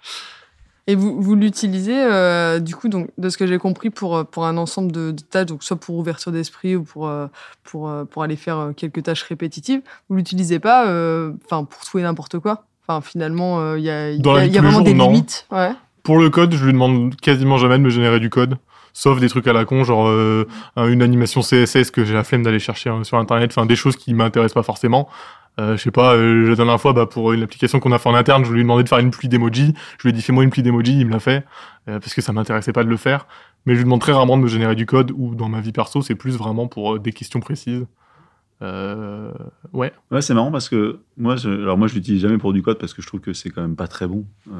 Et vous, vous l'utilisez, euh, du coup, donc, de ce que j'ai compris, pour, pour un ensemble de, de tâches, donc soit pour ouverture d'esprit ou pour, euh, pour, euh, pour aller faire quelques tâches répétitives. Vous l'utilisez pas euh, pour tout et n'importe quoi. Enfin, finalement, il euh, y a, Dans y la a, vie de y a tous les vraiment jours, des non. limites. Ouais. Pour le code, je lui demande quasiment jamais de me générer du code, sauf des trucs à la con, genre euh, une animation C S S que j'ai la flemme d'aller chercher hein, sur Internet, enfin des choses qui m'intéressent pas forcément. Euh, je sais pas, euh, la dernière fois, bah, pour une application qu'on a fait en interne, je lui ai demandé de faire une pluie d'emoji. Je lui ai dit fais-moi une pluie d'emoji, il me l'a fait, euh, parce que ça m'intéressait pas de le faire. Mais je lui demande très rarement de me générer du code, ou dans ma vie perso, c'est plus vraiment pour euh, des questions précises. Euh, ouais. Ouais, c'est marrant parce que moi, je, alors moi, je l'utilise jamais pour du code parce que je trouve que c'est quand même pas très bon. Euh,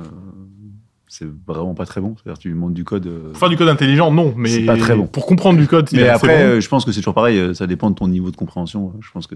c'est vraiment pas très bon. C'est-à-dire, tu lui demandes du code. Euh... Pour faire du code intelligent, non, mais c'est pas très bon. Pour comprendre du code, mais c'est après, bon. euh, je pense que c'est toujours pareil. Ça dépend de ton niveau de compréhension. Je pense que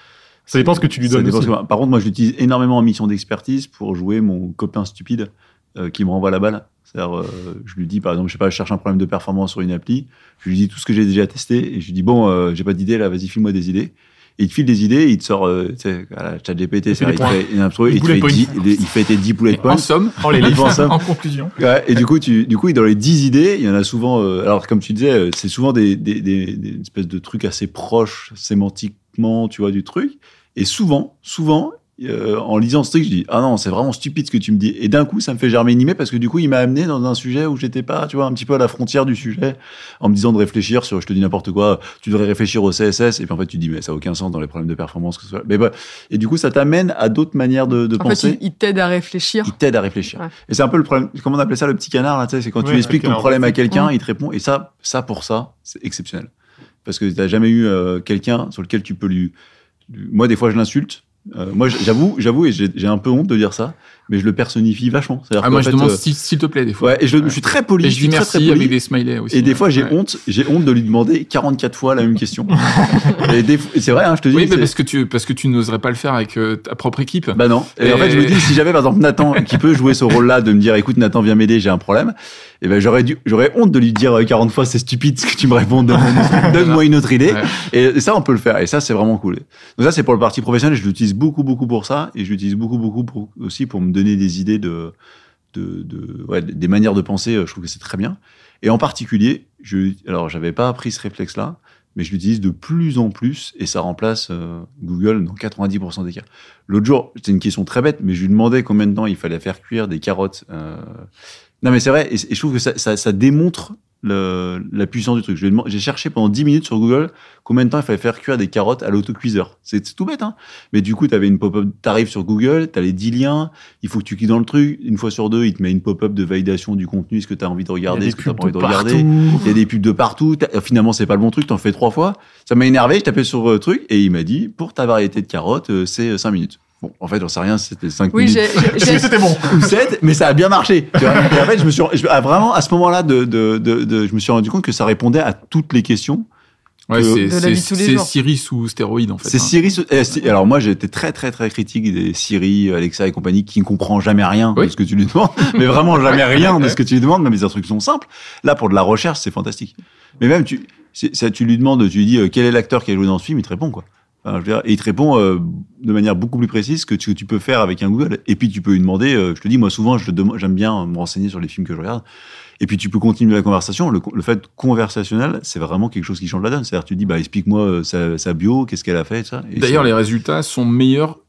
ça dépend ce que tu lui donnes. Aussi. Que, par contre, moi, je l'utilise énormément en mission d'expertise pour jouer mon copain stupide euh, qui me renvoie la balle. C'est-à-dire, euh, je lui dis, par exemple, je sais pas, je cherche un problème de performance sur une appli. Je lui dis tout ce que j'ai déjà testé et je lui dis bon, euh, j'ai pas d'idée là, vas-y, file-moi des idées. Et il te file des idées, et il te sort, euh, tu sais, à la ChatGPT, c'est il, il, fait, il, fait, il, fait dix, il fait tes dix bullet points. En somme, oh, les en, somme. En conclusion. Ouais, et du coup, tu, du coup, dans les dix idées, il y en a souvent, euh, alors comme tu disais, c'est souvent des, des, des, des espèces de trucs assez proches sémantiquement, tu vois, du truc. Et souvent, souvent, euh, en lisant ce truc, je dis ah non, c'est vraiment stupide ce que tu me dis. Et d'un coup, ça me fait germer une idée parce que du coup, il m'a amené dans un sujet où j'étais pas, tu vois, un petit peu à la frontière du sujet, en me disant de réfléchir sur, je te dis n'importe quoi, tu devrais réfléchir au C S S. Et puis en fait, tu dis mais ça a aucun sens dans les problèmes de performance que ce soit. Mais bah, et du coup, ça t'amène à d'autres manières de, de en penser. En fait, il, il t'aide à réfléchir. Il t'aide à réfléchir. Ouais. Et c'est un peu le problème. Comment on appelait ça, le petit canard là, tu sais, c'est quand ouais, tu expliques ton problème à quelqu'un, mmh. il te répond. Et ça, ça pour ça, c'est exceptionnel. Parce que t'as jamais eu euh, quelqu'un sur lequel tu peux lui. Moi, des fois, je l'insulte. Euh, moi, j'avoue, j'avoue, et j'ai, j'ai un peu honte de dire ça, mais je le personnifie vachement. Ah, moi, je fait, demande euh, s'il, s'il te plaît des fois. Ouais, et je, ouais. je suis très poli. Et je dis je merci très, très avec des smileys aussi. Et des fois, j'ai ouais. honte, j'ai honte de lui demander quarante-quatre fois la même question. et, des, et c'est vrai, hein, je te dis. Oui, mais c'est... parce que tu, parce que tu n'oserais pas le faire avec euh, ta propre équipe. Bah non. Et, et en fait, je me dis, si j'avais par exemple Nathan qui peut jouer ce rôle-là, de me dire, écoute, Nathan, viens m'aider, j'ai un problème. Et ben j'aurais dû, j'aurais honte de lui dire quarante fois, c'est stupide ce que tu me réponds, donne-moi, donne-moi une autre idée. Ouais. Et, et ça, on peut le faire. Et ça, c'est vraiment cool. Donc ça, c'est pour le parti professionnel. Je l'utilise beaucoup, beaucoup pour ça. Et je l'utilise beaucoup, beaucoup pour, aussi pour me donner des idées de, de, de, ouais, des manières de penser. Je trouve que c'est très bien. Et en particulier, je, alors, j'avais pas appris ce réflexe-là, mais je l'utilise de plus en plus et ça remplace euh, Google dans quatre-vingt-dix pour cent des cas. L'autre jour, c'était une question très bête, mais je lui demandais combien de temps il fallait faire cuire des carottes. Euh, Non mais c'est vrai, et, et je trouve que ça, ça, ça démontre le, la puissance du truc. Je demandé, j'ai cherché pendant dix minutes sur Google combien de temps il fallait faire cuire des carottes à l'autocuiseur. C'est, c'est tout bête, hein. Mais du coup, t'avais une pop-up, t'arrives sur Google, t'as les dix liens, il faut que tu cliques dans le truc. Une fois sur deux, il te met une pop-up de validation du contenu, est-ce que t'as envie de regarder, est-ce que t'as pas envie de regarder. Il y a des pubs de partout. T'as, finalement, c'est pas le bon truc, t'en fais trois fois. Ça m'a énervé, je tapais sur le euh, truc et il m'a dit, pour ta variété de carottes, euh, c'est cinq minutes. Bon, en fait, j'en sais rien, c'était cinq oui, minutes. J'ai, j'ai, j'ai... c'était bon. Ou sept, mais ça a bien marché. Tu vois. Et en fait, je me suis, je, vraiment, à ce moment-là, de, de, de, de, je me suis rendu compte que ça répondait à toutes les questions. Ouais, que, c'est, de la vie de tous les c'est jours. Siri sous stéroïde, en fait. C'est hein. Siri, eh, alors moi, j'étais très, très, très critique des Siri, Alexa et compagnie qui ne comprend jamais rien oui. de ce que tu lui demandes. Mais vraiment jamais rien de ce que tu lui demandes, même les instructions simples. Là, pour de la recherche, c'est fantastique. Mais même, tu, ça, tu lui demandes, tu lui dis, euh, quel est l'acteur qui a joué dans ce film, il te répond, quoi. Enfin, je veux dire, et il te répond euh, de manière beaucoup plus précise que tu, que tu peux faire avec un Google. Et puis tu peux lui demander, euh, je te dis, moi souvent, je demande, j'aime bien me renseigner sur les films que je regarde. Et puis tu peux continuer la conversation. Le, le fait conversationnel, c'est vraiment quelque chose qui change la donne. C'est-à-dire, tu dis, bah explique-moi sa, sa bio, qu'est-ce qu'elle a fait, et ça. Et D'ailleurs, c'est... les résultats sont meilleurs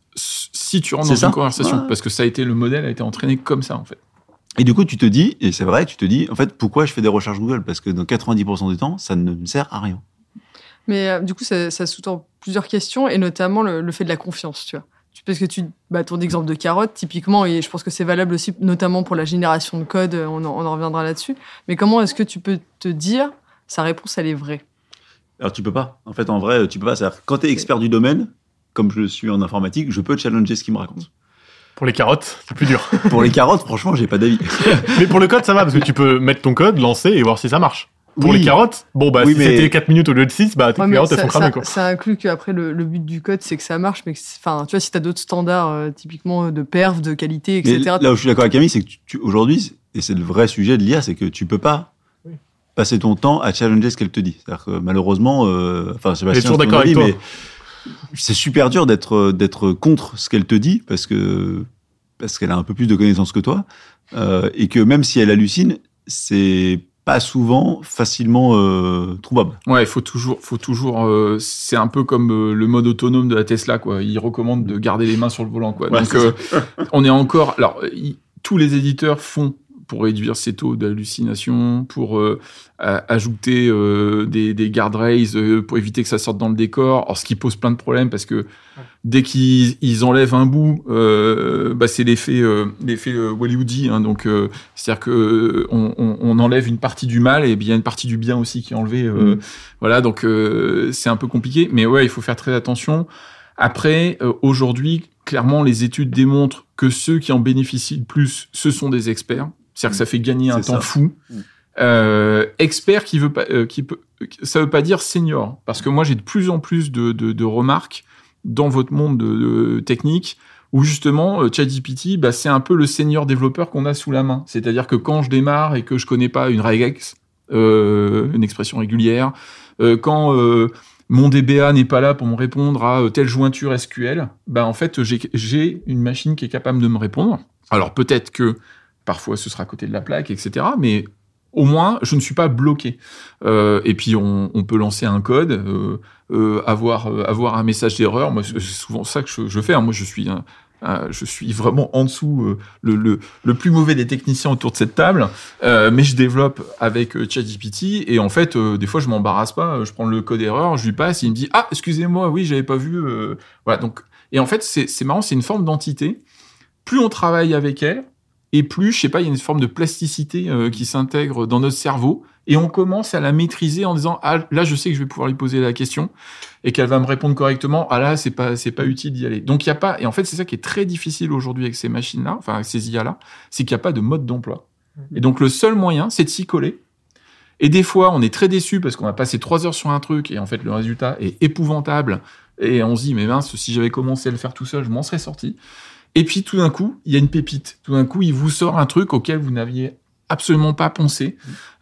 si tu rentres C'est dans ça. une conversation, Ouais. parce que ça a été le modèle a été entraîné comme ça en fait. Et du coup, tu te dis, et c'est vrai, tu te dis, en fait, pourquoi je fais des recherches Google? Parce que dans quatre-vingt-dix pour cent du temps, ça ne me sert à rien. Mais euh, du coup, ça, ça sous-tend plusieurs questions, et notamment le, le fait de la confiance, tu vois. Tu- Parce que tu, bah, ton exemple de carotte, typiquement, et je pense que c'est valable aussi, notamment pour la génération de code, euh, on en, on en reviendra là-dessus. Mais comment est-ce que tu peux te dire, sa réponse, elle est vraie? Alors, tu peux pas. En fait, en vrai, tu peux pas. C'est-à-dire, quand tu es expert du domaine, comme je le suis en informatique, je peux challenger ce qu'il me raconte. Pour les carottes, c'est plus dur. Pour les carottes, franchement, j'ai pas d'avis. Mais pour le code, ça va, parce que tu peux mettre ton code, lancer et voir si ça marche. Pour Oui. les carottes, bon, bah, Oui, si mais- c'était quatre minutes au lieu de six, bah, tes Ouais, mais carottes, elles ça, sont cramées, ça- quoi. ça inclut qu'après, le, le but du code, c'est que ça marche, mais que c'est- enfin, tu vois, si tu as d'autres standards, euh, typiquement euh, de perf, de qualité, Mais et cetera. là où je suis d'accord avec Camille, c'est que tu, tu- aujourd'hui, et c'est le vrai sujet de l'I A, c'est que tu peux pas Oui. passer ton temps à challenger ce qu'elle te dit. C'est-à-dire que malheureusement, euh, enfin, Sébastien, toujours c'est ton d'accord avec avis, toi. mais c'est super dur d'être d'être contre ce qu'elle te dit parce que parce qu'elle a un peu plus de connaissances que toi, euh, et que même si elle hallucine, c'est pas souvent facilement euh, trouvable. Ouais, il faut toujours, faut toujours. Euh, c'est un peu comme euh, le mode autonome de la Tesla, quoi. Il recommande de garder les mains sur le volant, quoi. Ouais, Donc, c'est euh, on est encore. Alors, il- tous les éditeurs font pour réduire ces taux d'hallucination, pour euh, a- ajouter euh, des, des guardrails, euh, pour éviter que ça sorte dans le décor. Alors, ce qui pose plein de problèmes parce que dès qu'ils ils enlèvent un bout, euh, bah, c'est l'effet, euh, l'effet euh, hollywoodien. Hein, donc, euh, c'est-à-dire que euh, on, on, on enlève une partie du mal et bien il y a une partie du bien aussi qui est enlevée. Euh, Mm. Voilà, donc euh, c'est un peu compliqué. Mais ouais, il faut faire très attention. Après, euh, aujourd'hui, clairement, les études démontrent que ceux qui en bénéficient le plus, ce sont des experts. C'est-à-dire que ça fait gagner un C'est temps ça. fou. Mm. Euh, expert qui veut pas, euh, qui peut, ça veut pas dire senior, parce que moi j'ai de plus en plus de, de, de remarques dans votre monde de, de technique où justement euh, ChatGPT, bah, c'est un peu le senior développeur qu'on a sous la main. C'est-à-dire que quand je démarre et que je connais pas une regex, euh, une expression régulière, euh, quand euh, mon D B A n'est pas là pour me répondre à euh, telle jointure S Q L, bah en fait j'ai, j'ai une machine qui est capable de me répondre. Alors peut-être que parfois ce sera à côté de la plaque, et cetera. Mais au moins, je ne suis pas bloqué. Euh, et puis, on, on peut lancer un code, euh, euh, avoir, euh, avoir un message d'erreur. Moi, c'est souvent ça que je, je fais. Hein. Moi, je suis, un, un, je suis vraiment en dessous, euh, le, le, le plus mauvais des techniciens autour de cette table. Euh, mais je développe avec euh, ChatGPT. Et en fait, euh, des fois, je m'embarrasse pas. Je prends le code erreur, je lui passe, il me dit « Ah, excusez-moi, oui, j'avais pas vu. Euh... » Voilà. Donc, et en fait, c'est, c'est marrant, c'est une forme d'entité. Plus on travaille avec elle, et plus, je sais pas, il y a une forme de plasticité euh, qui s'intègre dans notre cerveau, et on commence à la maîtriser en disant ah là je sais que je vais pouvoir lui poser la question et qu'elle va me répondre correctement. Ah là c'est pas c'est pas utile d'y aller. Donc il y a pas, et en fait c'est ça qui est très difficile aujourd'hui avec ces machines là, enfin avec ces I A là, c'est qu'il y a pas de mode d'emploi. Et donc le seul moyen c'est de s'y coller. Et des fois on est très déçu parce qu'on a passé trois heures sur un truc et en fait le résultat est épouvantable et on se dit mais mince, si j'avais commencé à le faire tout seul je m'en serais sorti. Et puis tout d'un coup, il y a une pépite. Tout d'un coup, il vous sort un truc auquel vous n'aviez absolument pas pensé.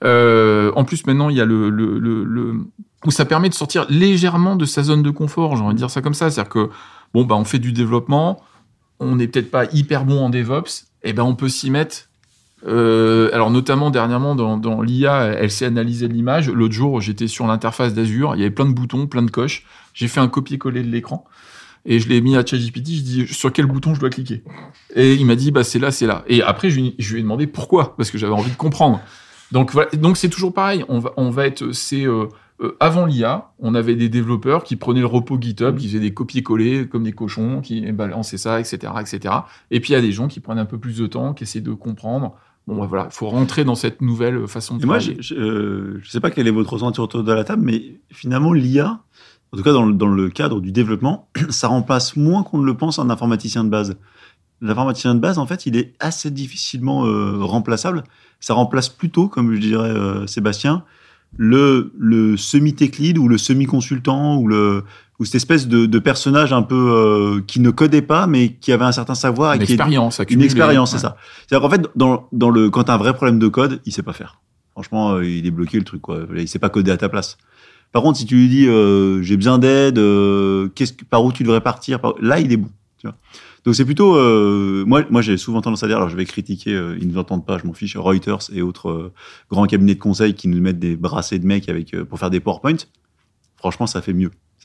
Euh, en plus, maintenant, il y a le, le, le, le où ça permet de sortir légèrement de sa zone de confort. J'ai envie de dire ça comme ça, c'est-à-dire que bon, bah, on fait du développement, on n'est peut-être pas hyper bon en DevOps, et ben on peut s'y mettre. Euh, alors notamment dernièrement dans, dans l'I A, elle sait analyser l'image. L'autre jour, j'étais sur l'interface d'Azure, il y avait plein de boutons, plein de coches. J'ai fait un copier-coller de l'écran. Et je l'ai mis à ChatGPT, je dis sur quel bouton je dois cliquer. Et il m'a dit bah c'est là, c'est là. Et après je lui, je lui ai demandé pourquoi, parce que j'avais envie de comprendre. Donc voilà, donc c'est toujours pareil. On va, on va être, c'est euh, euh, avant l'I A, on avait des développeurs qui prenaient le repo GitHub, qui faisaient des copier-coller comme des cochons, qui balançaient ça, et cetera, et cetera. Et puis il y a des gens qui prennent un peu plus de temps, qui essaient de comprendre. Bon bah, voilà, il faut rentrer dans cette nouvelle façon de Et moi, travailler. je, je, euh, je sais pas quel est votre ressenti autour de la table, mais finalement l'I A, en tout cas dans le, dans le cadre du développement, ça remplace moins qu'on ne le pense un informaticien de base. L'informaticien de base, en fait, il est assez difficilement euh, remplaçable. Ça remplace plutôt, comme je dirais euh, Sébastien, le, le semi-tech lead ou le semi-consultant ou, le, ou cette espèce de, de personnage un peu euh, qui ne codait pas, mais qui avait un certain savoir. Une et qui est, expérience, une accumulée. expérience, Ouais. c'est ça. C'est-à-dire qu'en fait, dans, dans le, quand tu as un vrai problème de code, il sait pas faire. Franchement, euh, il est bloqué le truc, quoi. Il sait pas coder à ta place. Par contre, si tu lui dis euh, j'ai besoin d'aide, euh, qu'est-ce que, par où tu devrais partir, par... là il est bon. Tu vois. Donc c'est plutôt euh, moi, moi j'ai souvent tendance à dire, alors je vais critiquer, euh, ils ne nous entendent pas, je m'en fiche, Reuters et autres euh, grands cabinets de conseil qui nous mettent des brassées de mecs avec euh, pour faire des PowerPoint. Franchement, ça fait mieux.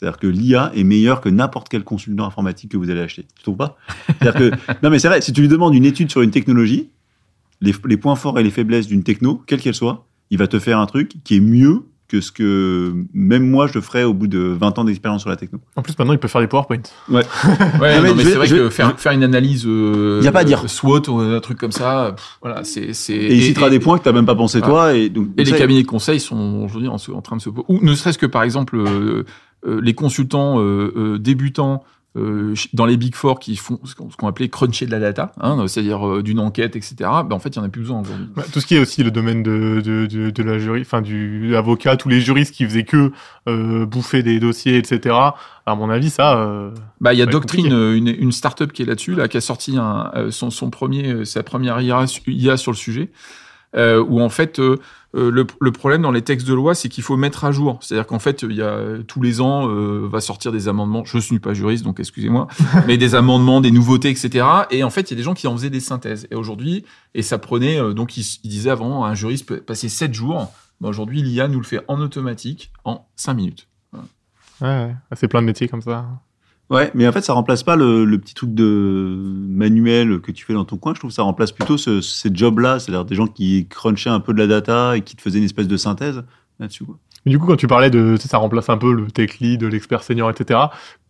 C'est-à-dire que l'I A est meilleure que n'importe quel consultant informatique que vous allez acheter. Tu trouves pas? C'est-à-dire que, non mais c'est vrai, si tu lui demandes une étude sur une technologie, les, les points forts et les faiblesses d'une techno, quelle qu'elle soit, il va te faire un truc qui est mieux que ce que même moi je ferais au bout de vingt ans d'expérience sur la techno. En plus, maintenant, il peut faire des PowerPoint. Ouais. Ouais, Non, mais non, mais je c'est vais- vrai je que vais- faire, faire une analyse euh, Y a pas à dire. SWOT ou un truc comme ça, pff, voilà, c'est, c'est... Et il citera des points que tu n'as même pas pensé Voilà. toi. Et, donc, Et ça, les cabinets de conseil sont aujourd'hui en, se- en train de se... Ou ne serait-ce que, par exemple, euh, euh, les consultants euh, euh, débutants euh, ch- dans les Big Four qui font ce qu'on, ce qu'on appelait cruncher de la data, hein, c'est-à-dire euh, d'une enquête, et cetera, ben, en fait, il n'y en a plus besoin aujourd'hui. Bah, tout ce qui est aussi le domaine de, de, de, de la jury, enfin du avocat, tous les juristes qui faisaient que euh, bouffer des dossiers, et cetera. À mon avis, ça. Euh... Bah, il y a Ouais, Doctrine, compliqué. euh, une, une start-up qui est là-dessus, là, qui a sorti un, euh, son, son premier, euh, sa première I A, su- I A sur le sujet, euh, où en fait, euh, euh, le, le problème dans les textes de loi, c'est qu'il faut mettre à jour. C'est-à-dire qu'en fait, il y a tous les ans, euh, va sortir des amendements. Je suis pas juriste, donc excusez-moi, mais des amendements, des nouveautés, et cetera. Et en fait, il y a des gens qui en faisaient des synthèses. Et aujourd'hui, et ça prenait, euh, donc il, il disait avant, un juriste peut passer sept jours. Bah, aujourd'hui, l'I A nous le fait en automatique en cinq minutes. Ouais, ouais. C'est plein de métiers comme ça. Ouais, mais en fait, ça remplace pas le, le petit truc de manuel que tu fais dans ton coin. Je trouve que ça remplace plutôt ce, ces jobs-là, c'est-à-dire des gens qui crunchaient un peu de la data et qui te faisaient une espèce de synthèse là-dessus, quoi. Mais du coup, quand tu parlais de, tu sais, ça remplace un peu le tech lead, l'expert senior, et cetera.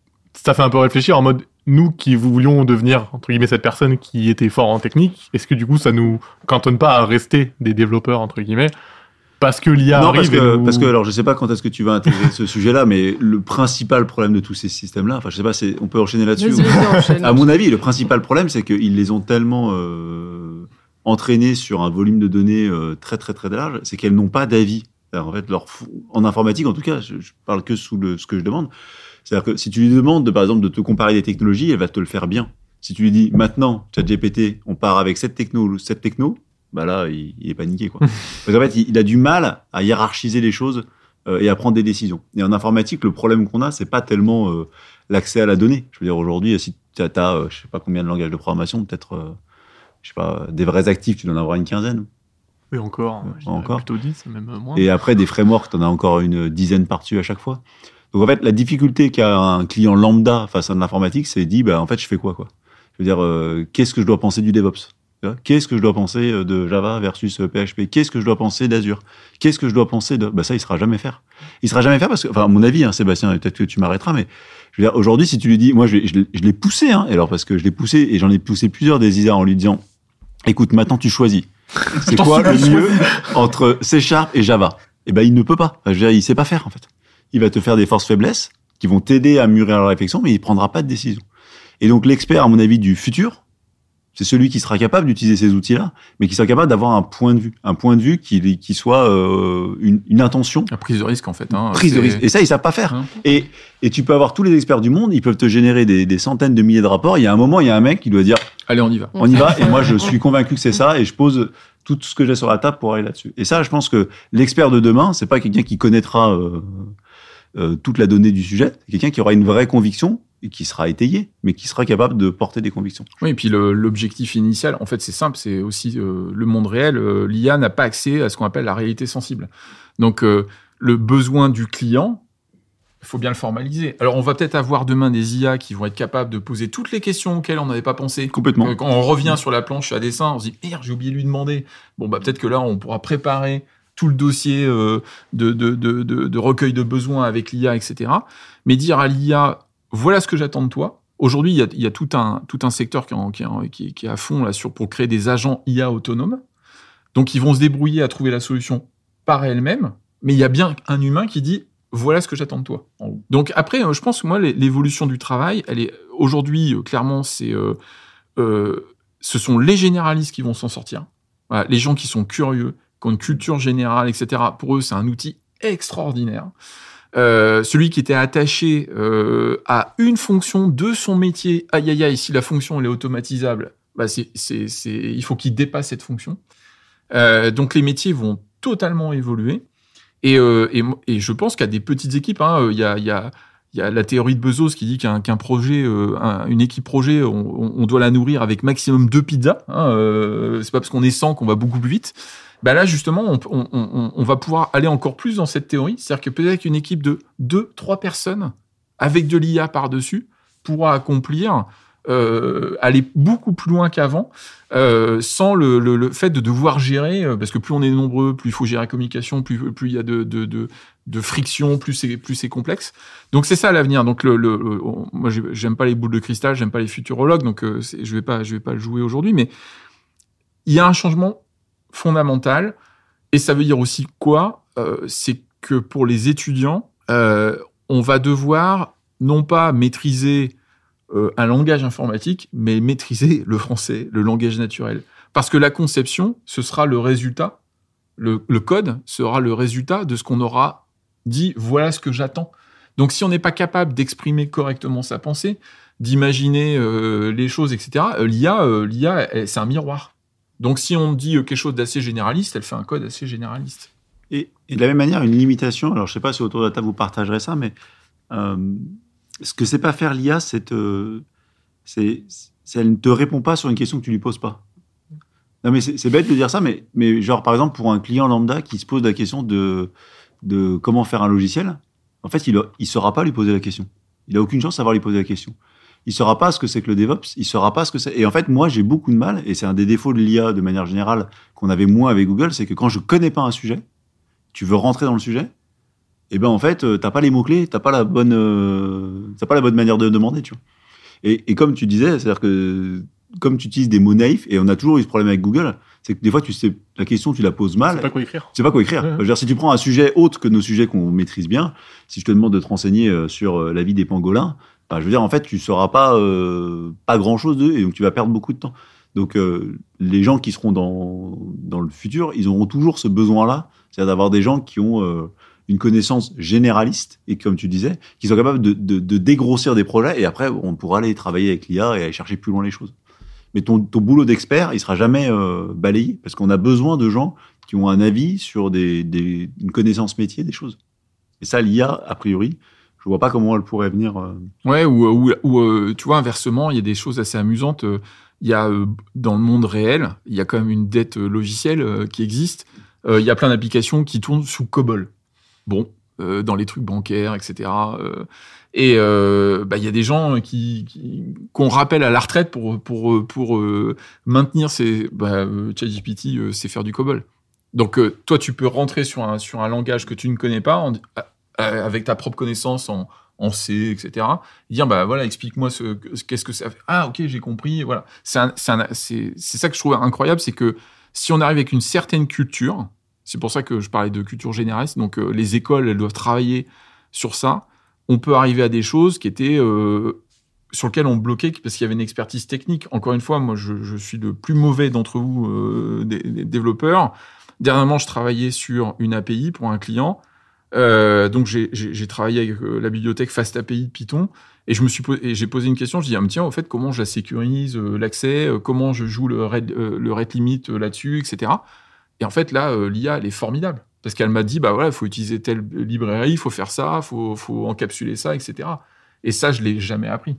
Ça fait un peu réfléchir en mode, nous qui voulions devenir, entre guillemets, cette personne qui était fort en technique, est-ce que du coup, ça nous cantonne pas à rester des développeurs, entre guillemets, parce que l'I A Non, arrive parce et que, nous- parce que, alors, je sais pas quand est-ce que tu vas intégrer ce sujet-là, mais le principal problème de tous ces systèmes-là, enfin, je sais pas, c'est, on peut enchaîner là-dessus. Vas-y, vas-y, enchaîne. À mon avis, le principal problème, c'est qu'ils les ont tellement euh, entraînés sur un volume de données euh, très, très, très large, c'est qu'elles n'ont pas d'avis. C'est-à-dire, en fait, leur, fou- en informatique, en tout cas, je, je parle que sous le, ce que je demande. C'est-à-dire que si tu lui demandes, de, par exemple, de te comparer des technologies, elle va te le faire bien. Si tu lui dis, maintenant, ChatGPT, on part avec cette techno ou cette techno, bah là, il, il est paniqué, quoi. Parce qu'en fait, il, il a du mal à hiérarchiser les choses euh, et à prendre des décisions. Et en informatique, le problème qu'on a, c'est pas tellement euh, l'accès à la donnée. Je veux dire, aujourd'hui, si tu as, euh, je sais pas combien de langages de programmation, peut-être, euh, je sais pas, des vrais actifs, tu dois en avoir une quinzaine. Oui, encore. Ouais, je dirais encore. Plutôt dix, même moins. Et après, des frameworks, tu en as encore une dizaine par-dessus à chaque fois. Donc, en fait, la difficulté qu'a un client lambda face à de l'informatique, c'est dit, bah, en fait, je fais quoi, quoi? Je veux dire, euh, qu'est-ce que je dois penser du DevOps? Tu vois, qu'est-ce que je dois penser de Java versus P H P? Qu'est-ce que je dois penser d'Azure? Qu'est-ce que je dois penser de... Bah, ça, il sera jamais faire. Il sera jamais faire parce que, enfin, à mon avis, hein, Sébastien, et peut-être que tu m'arrêteras, mais je veux dire, aujourd'hui, si tu lui dis, moi, je, l'ai- je, l'ai- je l'ai poussé, hein, et alors, parce que je l'ai poussé, et j'en ai poussé plusieurs des I A en lui disant, écoute, maintenant, tu choisis. C'est quoi le mieux entre C Sharp et Java? Eh ben, il ne peut pas. Enfin, je veux dire, il sait pas faire, en fait. Il va te faire des forces-faiblesses qui vont t'aider à mûrir la réflexion, mais il prendra pas de décision. Et donc, l'expert, à mon avis, du futur, c'est celui qui sera capable d'utiliser ces outils-là, mais qui sera capable d'avoir un point de vue. Un point de vue qui, qui soit euh, une, une intention, La prise de risque, en fait. Hein, prise de c'est- risque. Et ça, ils savent pas faire. Hein. Et, et tu peux avoir tous les experts du monde, ils peuvent te générer des, des centaines de milliers de rapports. Il y a un moment, il y a un mec qui doit dire, Allez, on y va. on y va, et moi, je suis convaincu que c'est ça, et je pose tout ce que j'ai sur la table pour aller là-dessus. Et ça, je pense que l'expert de demain, c'est pas quelqu'un qui connaîtra euh, euh, toute la donnée du sujet, c'est quelqu'un qui aura une vraie conviction et qui sera étayé, mais qui sera capable de porter des convictions. Oui, et puis le- l'objectif initial, en fait, c'est simple, c'est aussi euh, le monde réel. Euh, L'I A n'a pas accès à ce qu'on appelle la réalité sensible. Donc, euh, le besoin du client, il faut bien le formaliser. Alors, on va peut-être avoir demain des I A qui vont être capables de poser toutes les questions auxquelles on n'avait pas pensé. Complètement. Euh, Quand on revient sur la planche à dessin, on se dit « Merde, j'ai oublié de lui demander ». Bon, bah, peut-être que là, on pourra préparer tout le dossier euh, de, de, de, de, de recueil de besoins avec l'I A, et cetera. Mais dire à l'I A « Voilà ce que j'attends de toi ». Aujourd'hui, il y a, il y a tout, un, tout un secteur qui est, en- qui est en- qui est- qui est à fond là, sur, pour créer des agents I A autonomes. Donc, ils vont se débrouiller à trouver la solution par elles-mêmes, mais il y a bien un humain qui dit « Voilà ce que j'attends de toi ». en haut. Donc, après, euh, je pense que moi, l'é- l'évolution du travail, elle est aujourd'hui, euh, clairement, c'est, euh, euh, ce sont les généralistes qui vont s'en sortir. Voilà, les gens qui sont curieux, qui ont une culture générale, et cetera. Pour eux, c'est un outil extraordinaire. Euh, celui qui était attaché euh, à une fonction de son métier, aïe aïe aïe, si la fonction elle est automatisable, bah c'est, c'est, c'est, il faut qu'il dépasse cette fonction. Euh, donc les métiers vont totalement évoluer. Et, euh, et, et je pense qu'il y a des petites équipes. Hein, il y a, il y a, il y a la théorie de Bezos qui dit qu'un, qu'un projet, euh, un, une équipe projet, on, on doit la nourrir avec maximum deux pizzas. Hein, euh, c'est pas parce qu'on est cent qu'on va beaucoup plus vite. Ben là, justement, on, on, on, on va pouvoir aller encore plus dans cette théorie. C'est-à-dire que peut-être qu'une équipe de deux, trois personnes avec de l'I A par-dessus, pourra accomplir, euh, aller beaucoup plus loin qu'avant, euh, sans le, le, le fait de devoir gérer, euh, parce que plus on est nombreux, plus il faut gérer la communication, plus, plus il y a de, de, de, de friction, plus c'est, plus c'est complexe. Donc c'est ça l'avenir. Donc le, le, le, moi j'aime pas les boules de cristal, j'aime pas les futurologues, donc euh, c'est, je vais pas, je vais pas le jouer aujourd'hui, mais il y a un changement fondamental, et ça veut dire aussi quoi ? euh, C'est que pour les étudiants, euh, on va devoir non pas maîtriser euh, un langage informatique, mais maîtriser le français, le langage naturel. Parce que la conception, ce sera le résultat, le, le code sera le résultat de ce qu'on aura dit, voilà ce que j'attends. Donc si on n'est pas capable d'exprimer correctement sa pensée, d'imaginer euh, les choses, et cetera, euh, l'I A, euh, l'I A elle, c'est un miroir. Donc si on dit quelque chose d'assez généraliste, elle fait un code assez généraliste. Et, et de la même manière, une limitation, alors je ne sais pas si autour de la table vous partagerez ça, mais euh, ce que ne sait pas faire l'I A, c'est, te, c'est, c'est elle ne te répond pas sur une question que tu ne lui poses pas. Non, mais c'est, c'est bête de dire ça, mais, mais genre, par exemple, pour un client lambda qui se pose la question de, de comment faire un logiciel, en fait, il ne saura pas lui poser la question. Il n'a aucune chance de savoir lui poser la question. Il ne saura pas ce que c'est que le DevOps, il ne saura pas ce que c'est. Et en fait, moi, j'ai beaucoup de mal, et c'est un des défauts de l'I A de manière générale qu'on avait moins avec Google, c'est que quand je ne connais pas un sujet, tu veux rentrer dans le sujet, et ben en fait, tu n'as pas les mots-clés, tu n'as pas la bonne, euh, t'as pas la bonne manière de demander, tu vois. Et, et comme tu disais, c'est-à-dire que comme tu utilises des mots naïfs, et on a toujours eu ce problème avec Google, c'est que des fois, tu sais, la question, tu la poses mal. Tu sais pas quoi écrire. Tu sais pas quoi écrire. Ouais. Je veux dire, si tu prends un sujet autre que nos sujets qu'on maîtrise bien, si je te demande de te renseigner sur la vie des pangolins, bah, je veux dire, en fait, tu sauras pas, euh, pas grand-chose d'eux, et donc tu vas perdre beaucoup de temps. Donc, euh, les gens qui seront dans, dans le futur, ils auront toujours ce besoin-là, c'est-à-dire d'avoir des gens qui ont euh, une connaissance généraliste, et comme tu disais, qui sont capables de, de, de dégrossir des projets, et après, on pourra aller travailler avec l'I A et aller chercher plus loin les choses. Mais ton, ton boulot d'expert, il sera jamais euh, balayé, parce qu'on a besoin de gens qui ont un avis sur des, des, une connaissance métier des choses. Et ça, l'I A, a priori, je vois pas comment elle pourrait venir. Euh... Ouais, ou, ou, ou euh, tu vois, inversement, il y a des choses assez amusantes. Il y a, euh, dans le monde réel, il y a quand même une dette euh, logicielle euh, qui existe. Euh, il y a plein d'applications qui tournent sous COBOL. Bon, euh, dans les trucs bancaires, et cetera. Euh, et euh, bah, il y a des gens qui, qui, qu'on rappelle à la retraite pour, pour, pour euh, maintenir ces... Bah, euh, ChatGPT, euh, c'est faire du COBOL. Donc, euh, toi, tu peux rentrer sur un, sur un langage que tu ne connais pas, en, euh, avec ta propre connaissance en, en C, et cetera. Et dire, bah voilà, explique-moi ce, qu'est-ce que ça fait. Ah, ok, j'ai compris. Voilà. C'est, un, c'est, un, c'est, c'est ça que je trouve incroyable, c'est que si on arrive avec une certaine culture, c'est pour ça que je parlais de culture généraliste, donc euh, les écoles, elles doivent travailler sur ça, on peut arriver à des choses qui étaient... Euh, sur lesquelles on bloquait parce qu'il y avait une expertise technique. Encore une fois, moi, je, je suis le plus mauvais d'entre vous, euh, des, des développeurs. Dernièrement, je travaillais sur une A P I pour un client. Euh, donc, j'ai, j'ai, j'ai travaillé avec euh, la bibliothèque FastAPI de Python et, je me suis po- et j'ai posé une question. Je dis, ah, mais tiens, au fait, comment je la sécurise, euh, l'accès, euh, comment je joue le rate, euh, le rate limit euh, là-dessus, et cetera. Et en fait, là, euh, l'I A, elle est formidable. Parce qu'elle m'a dit, bah voilà, il faut utiliser telle librairie, il faut faire ça, il faut, faut encapsuler ça, et cetera. Et ça, je ne l'ai jamais appris.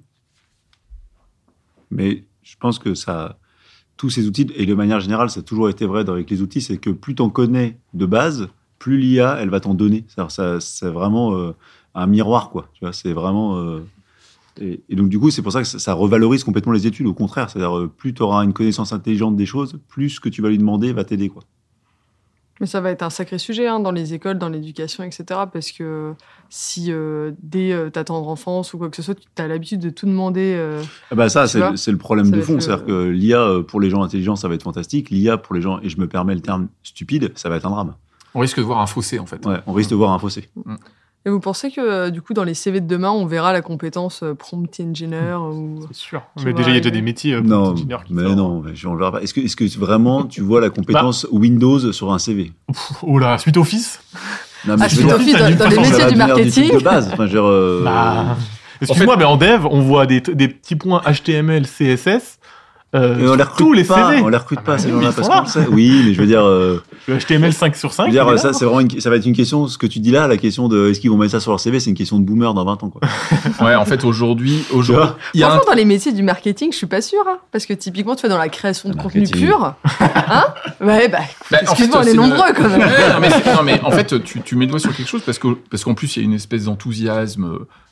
Mais je pense que ça, tous ces outils, et de manière générale, ça a toujours été vrai avec les outils, c'est que plus tu en connais de base, plus l'I A, elle va t'en donner. C'est, ça, c'est vraiment euh, un miroir, quoi. Tu vois, c'est vraiment... Euh, et, et donc, du coup, c'est pour ça que ça, ça revalorise complètement les études. Au contraire, c'est-à-dire, euh, plus tu auras une connaissance intelligente des choses, plus ce que tu vas lui demander va t'aider, quoi. Mais ça va être un sacré sujet hein, dans les écoles, dans l'éducation, et cetera. Parce que si euh, dès euh, ta tendre enfance ou quoi que ce soit, tu as l'habitude de tout demander... Euh, ah bah ça, c'est, vois, c'est le problème de fond. C'est-à-dire le... que l'I A, pour les gens intelligents, ça va être fantastique. L'I A, pour les gens, et je me permets le terme stupide, ça va être un drame. On risque de voir un fossé, en fait. Ouais, on risque de voir un fossé. Mmh. Et vous pensez que, du coup, dans les C V de demain, on verra la compétence euh, prompt engineer ou... C'est sûr. Mais déjà, il y a déjà des métiers euh, prompt non, engineer qui mais sortent. non, mais je ne verrai pas. Est-ce que, est-ce que vraiment tu vois la compétence bah. Windows sur un C V? Oh là, suite Office. Non, mais ah, je suite Office dans, dans les métiers du marketing. Du de base. Enfin, genre, euh... bah, excuse-moi, en fait, mais en dev, on voit des, des petits points H T M L, C S S. Euh, on les tous les pas, C V. On les recrute pas, ah, ces oui, gens-là, parce qu'on le sait. Oui, mais je veux dire. Euh, le H T M L cinq sur cinq. Je veux dire, ça, c'est vraiment une, ça va être une question, ce que tu dis là, la question de est-ce qu'ils vont mettre ça sur leur C V, c'est une question de boomer dans vingt ans, quoi. Ouais, en fait, aujourd'hui, aujourd'hui, il y a Franchement, un... dans les métiers du marketing, je suis pas sûre, hein, parce que typiquement, tu fais dans la création de contenu pur, hein. Ouais, bah, bah excuse-moi, en fait, on est nombreux, le... quand même. Ouais, non, mais non, mais en fait, tu, tu mets le doigt sur quelque chose parce que, parce qu'en plus, il y a une espèce d'enthousiasme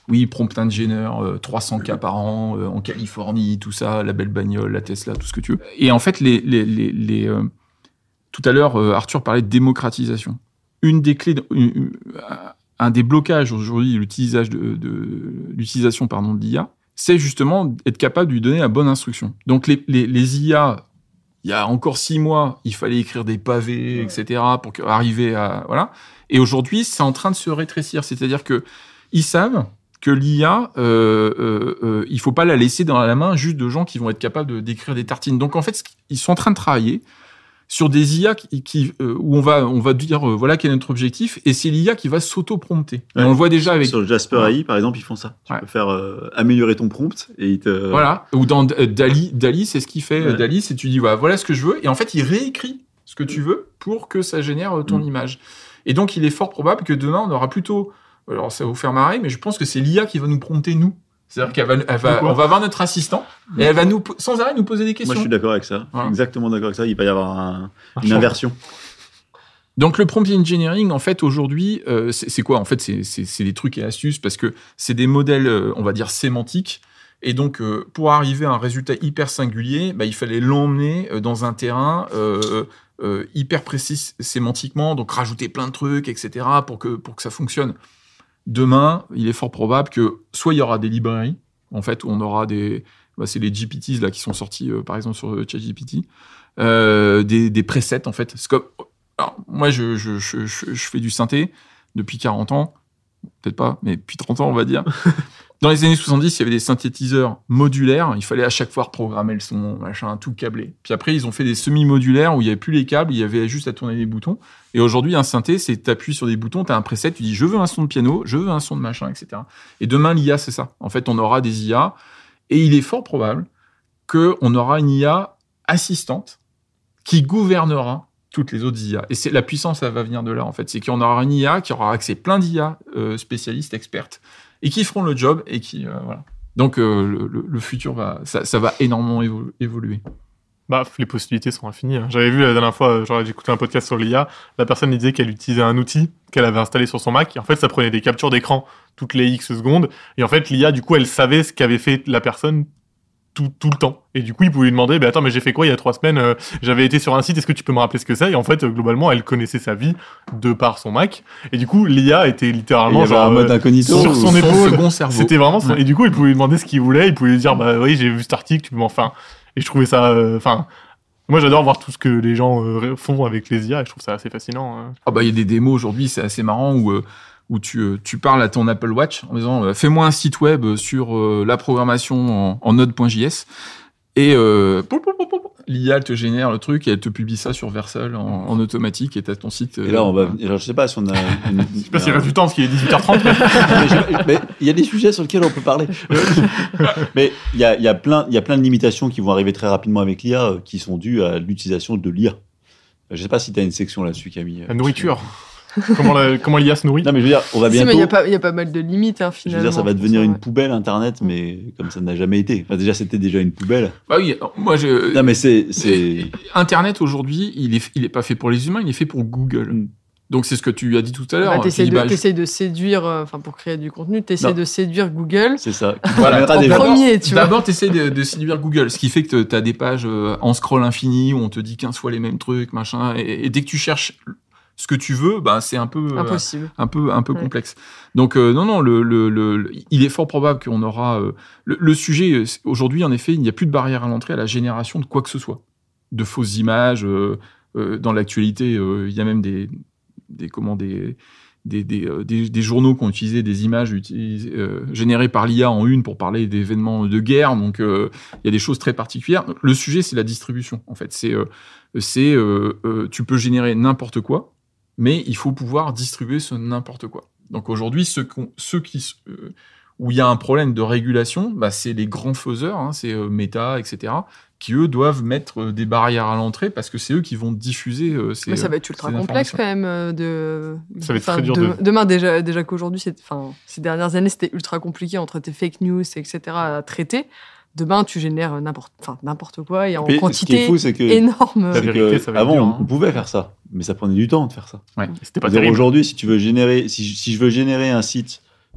Oui, prompt engineer, euh, trois cents K par an, euh, en Californie, tout ça, la belle bagnole, la Tesla, tout ce que tu veux. Et en fait, les, les, les, les, euh, tout à l'heure, euh, Arthur parlait de démocratisation. Une des clés, de, une, un des blocages aujourd'hui de l'utilisation de, de, l'utilisation, pardon, de l'I A, c'est justement être capable de lui donner la bonne instruction. Donc, les, les, les I A, il y a encore six mois, il fallait écrire des pavés, ouais. et cetera, pour arriver à... Voilà. Et aujourd'hui, c'est en train de se rétrécir. C'est-à-dire que ils savent que l'I A, euh, euh, euh, il faut pas la laisser dans la main juste de gens qui vont être capables de, d'écrire des tartines. Donc, en fait, ils sont en train de travailler sur des I A qui, qui, euh, où on va, on va dire, euh, voilà quel est notre objectif, et c'est l'I A qui va s'auto-prompter. Ouais. On le voit déjà avec... Sur Jasper ouais. A I, par exemple, ils font ça. Tu ouais. peux faire euh, améliorer ton prompt et il te... Voilà. Ou dans euh, Dali, Dali, c'est ce qu'il fait. Ouais. Dali, c'est tu dis, voilà, voilà ce que je veux, et en fait, il réécrit ce que tu veux pour que ça génère euh, ton mmh. image. Et donc, il est fort probable que demain, on aura plutôt... Alors, ça va vous faire marrer, mais je pense que c'est l'I A qui va nous prompter, nous. C'est-à-dire qu'elle va, elle va, on va avoir notre assistant et elle va nous, sans arrêt nous poser des questions. Moi, je suis d'accord avec ça. Voilà. Exactement d'accord avec ça. Il va y avoir un, une inversion. Donc, le prompt engineering, en fait, aujourd'hui, euh, c'est, c'est quoi? En fait, c'est, c'est, c'est des trucs et astuces parce que c'est des modèles, euh, on va dire, sémantiques. Et donc, euh, pour arriver à un résultat hyper singulier, bah, il fallait l'emmener euh, dans un terrain euh, euh, hyper précis sémantiquement, donc rajouter plein de trucs, et cetera, pour que, pour que ça fonctionne. Demain, il est fort probable que soit il y aura des librairies, en fait, où on aura des... Bah, c'est les G P Ts là, qui sont sortis, euh, par exemple, sur ChatGPT, euh, des, des presets, en fait. C'est comme... Alors, moi, je, je, je, je, je fais du synthé depuis quarante ans, peut-être pas, mais depuis trente ans, on va dire. Dans les années soixante-dix, il y avait des synthétiseurs modulaires. Il fallait à chaque fois reprogrammer le son, machin, tout câblé. Puis après, ils ont fait des semi-modulaires où il n'y avait plus les câbles, il y avait juste à tourner les boutons. Et aujourd'hui, un synthé, c'est tu appuies sur des boutons, tu as un preset, tu dis je veux un son de piano, je veux un son de machin, et cetera. Et demain, l'I A, c'est ça. En fait, on aura des I A. Et il est fort probable qu'on aura une I A assistante qui gouvernera toutes les autres I A. Et c'est la puissance, ça va venir de là, en fait. C'est qu'on aura une I A qui aura accès à plein d'I A euh, spécialistes, expertes, et qui feront le job, et qui... Euh, voilà. Donc, euh, le, le, le futur, va, ça, ça va énormément évo- évoluer. Bah, les possibilités sont infinies. Hein. J'avais vu la dernière fois, genre, j'ai écouté un podcast sur l'I A, la personne disait qu'elle utilisait un outil qu'elle avait installé sur son Mac, et en fait, ça prenait des captures d'écran toutes les X secondes, et en fait, l'I A, du coup, elle savait ce qu'avait fait la personne tout, tout le temps. Et du coup, il pouvait lui demander, bah, attends, mais j'ai fait quoi il y a trois semaines, euh, j'avais été sur un site, est-ce que tu peux me rappeler ce que c'est? Et en fait, euh, globalement, elle connaissait sa vie de par son Mac. Et du coup, l'I A était littéralement, genre, un mode euh, incognito sur son épaule. Second cerveau. C'était vraiment son... Ouais. Et du coup, il pouvait lui demander ce qu'il voulait, il pouvait lui dire, bah oui, j'ai vu cet article, tu peux m'en faire. Et je trouvais ça, enfin, euh, moi, j'adore voir tout ce que les gens euh, font avec les I A, et je trouve ça assez fascinant. Hein. Ah bah, il y a des démos aujourd'hui, c'est assez marrant, où, euh, où tu, euh, tu parles à ton Apple Watch en disant, euh, fais-moi un site web sur euh, la programmation en, en Node.js. Et euh, pou, pou, pou, pou, l'I A te génère le truc et elle te publie ça sur Vercel en, en automatique et t'as ton site. Et là, on va. Alors, je sais pas si on a. Une, je sais pas s'il reste du temps parce qu'il est dix-huit heures trente. Mais il y a des sujets sur lesquels on peut parler. Mais il y a, y a plein, il y a plein de limitations qui vont arriver très rapidement avec l'I A, qui sont dues à l'utilisation de l'I A. Je sais pas si tu as une section là-dessus, Camille. La nourriture. comment, la, comment l'I A se nourrit? Non, mais je veux dire, on va si, bientôt. mais il y a pas, il y a pas mal de limites, hein, finalement. Je veux dire, ça va devenir ça, une ouais. poubelle Internet, mais comme ça n'a jamais été. Enfin, déjà, c'était déjà une poubelle. Bah oui, moi je. Non, mais c'est, c'est. Internet aujourd'hui, il est, il est pas fait pour les humains, il est fait pour Google. Mm. Donc c'est ce que tu as dit tout à l'heure. Bah, t'essayes, de, bah, t'essayes de séduire, enfin euh, pour créer du contenu, t'essayes non. de séduire Google. C'est ça. Voilà. En des premier, tu vois. D'abord, t'essayes de, de séduire Google, ce qui fait que t'as des pages euh, en scroll infini où on te dit quinze fois les mêmes trucs, machin. Et, et dès que tu cherches ce que tu veux, bah c'est un peu impossible, euh, un peu un peu ouais. complexe. Donc euh, non non, le, le, le, il est fort probable qu'on aura euh, le, le sujet aujourd'hui. En effet, il n'y a plus de barrière à l'entrée à la génération de quoi que ce soit, de fausses images. Euh, euh, dans l'actualité, euh, il y a même des des comment des Des, des, euh, des, des journaux qui ont utilisé des images utilisées, euh, générées par l'I A en une pour parler d'événements de guerre. Donc, euh, il y a des choses très particulières. Le sujet, c'est la distribution, en fait. C'est, euh, c'est euh, euh, tu peux générer n'importe quoi, mais il faut pouvoir distribuer ce n'importe quoi. Donc, aujourd'hui, ceux, ceux qui... Euh, où il y a un problème de régulation, bah, c'est les grands faiseurs, hein, c'est euh, Meta, et cetera, qui, eux, doivent mettre euh, des barrières à l'entrée parce que c'est eux qui vont diffuser euh, ces Mais ça va être ultra complexe quand même. Euh, de... Ça va être enfin, très dur de... de... Demain, déjà, déjà qu'aujourd'hui, c'est... Enfin, ces dernières années, c'était ultra compliqué entre tes fake news, et cetera, à traiter. Demain, tu génères n'importe, enfin, n'importe quoi et en mais quantité ce qui est fou, c'est que énorme. La vérité, ça va être avant, dur, on, hein. on pouvait faire ça, mais ça prenait du temps de faire ça. Ouais. C'était pas C'est-à-dire, terrible. aujourd'hui, si tu veux générer, si, si je veux générer un site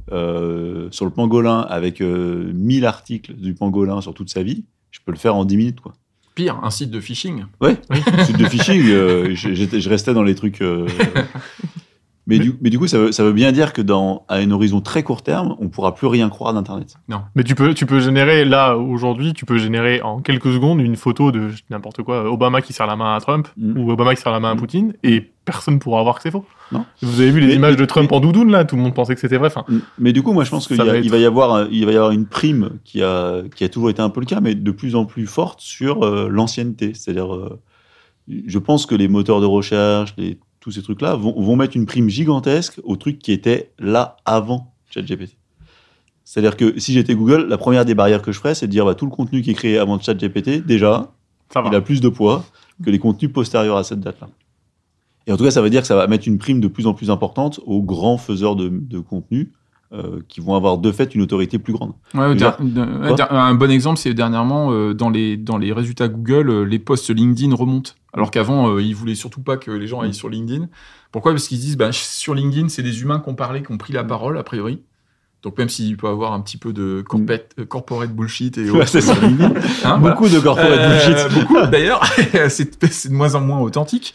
euh, sur le pangolin avec euh, mille articles du pangolin sur toute sa vie, je peux le faire en dix minutes, quoi. Pire, un site de phishing. Ouais, site de phishing, euh, j'étais, je restais dans les trucs... Euh, Mais, mais, du, mais du coup, ça veut, ça veut bien dire que dans, à un horizon très court terme, on pourra plus rien croire d'Internet. Non. Mais tu peux, tu peux générer, là, aujourd'hui, tu peux générer en quelques secondes une photo de n'importe quoi, Obama qui serre la main à Trump, mm. ou Obama qui serre la main à Poutine, et personne pourra voir que c'est faux. Non. Vous avez vu les mais, images de Trump mais, en doudoune, là, tout le monde pensait que c'était vrai. Enfin, mais du coup, moi, je pense qu'il va, être... va y avoir, il va y avoir une prime qui a, qui a toujours été un peu le cas, mais de plus en plus forte sur euh, l'ancienneté. C'est-à-dire, euh, je pense que les moteurs de recherche, les tous ces trucs-là vont, vont mettre une prime gigantesque aux trucs qui étaient là avant ChatGPT. C'est-à-dire que si j'étais Google, la première des barrières que je ferais, c'est de dire bah, tout le contenu qui est créé avant ChatGPT, déjà, il a plus de poids que les contenus postérieurs à cette date-là. Et en tout cas, ça veut dire que ça va mettre une prime de plus en plus importante aux grands faiseurs de, de contenu euh, qui vont avoir de fait une autorité plus grande. Ouais, dire, de, un bon exemple, c'est dernièrement, euh, dans, les, dans les résultats Google, euh, les posts LinkedIn remontent. Alors qu'avant, euh, ils voulaient surtout pas que les gens aillent sur LinkedIn. Pourquoi ? Parce qu'ils disent, bah, sur LinkedIn, c'est des humains qui ont parlé, qui ont pris la parole, a priori. Donc même s'il peut y avoir un petit peu de corporate, euh, corporate bullshit et autres. Ouais, c'est ça. Hein, beaucoup voilà. de corporate euh, bullshit. Beaucoup, d'ailleurs. c'est, c'est de moins en moins authentique.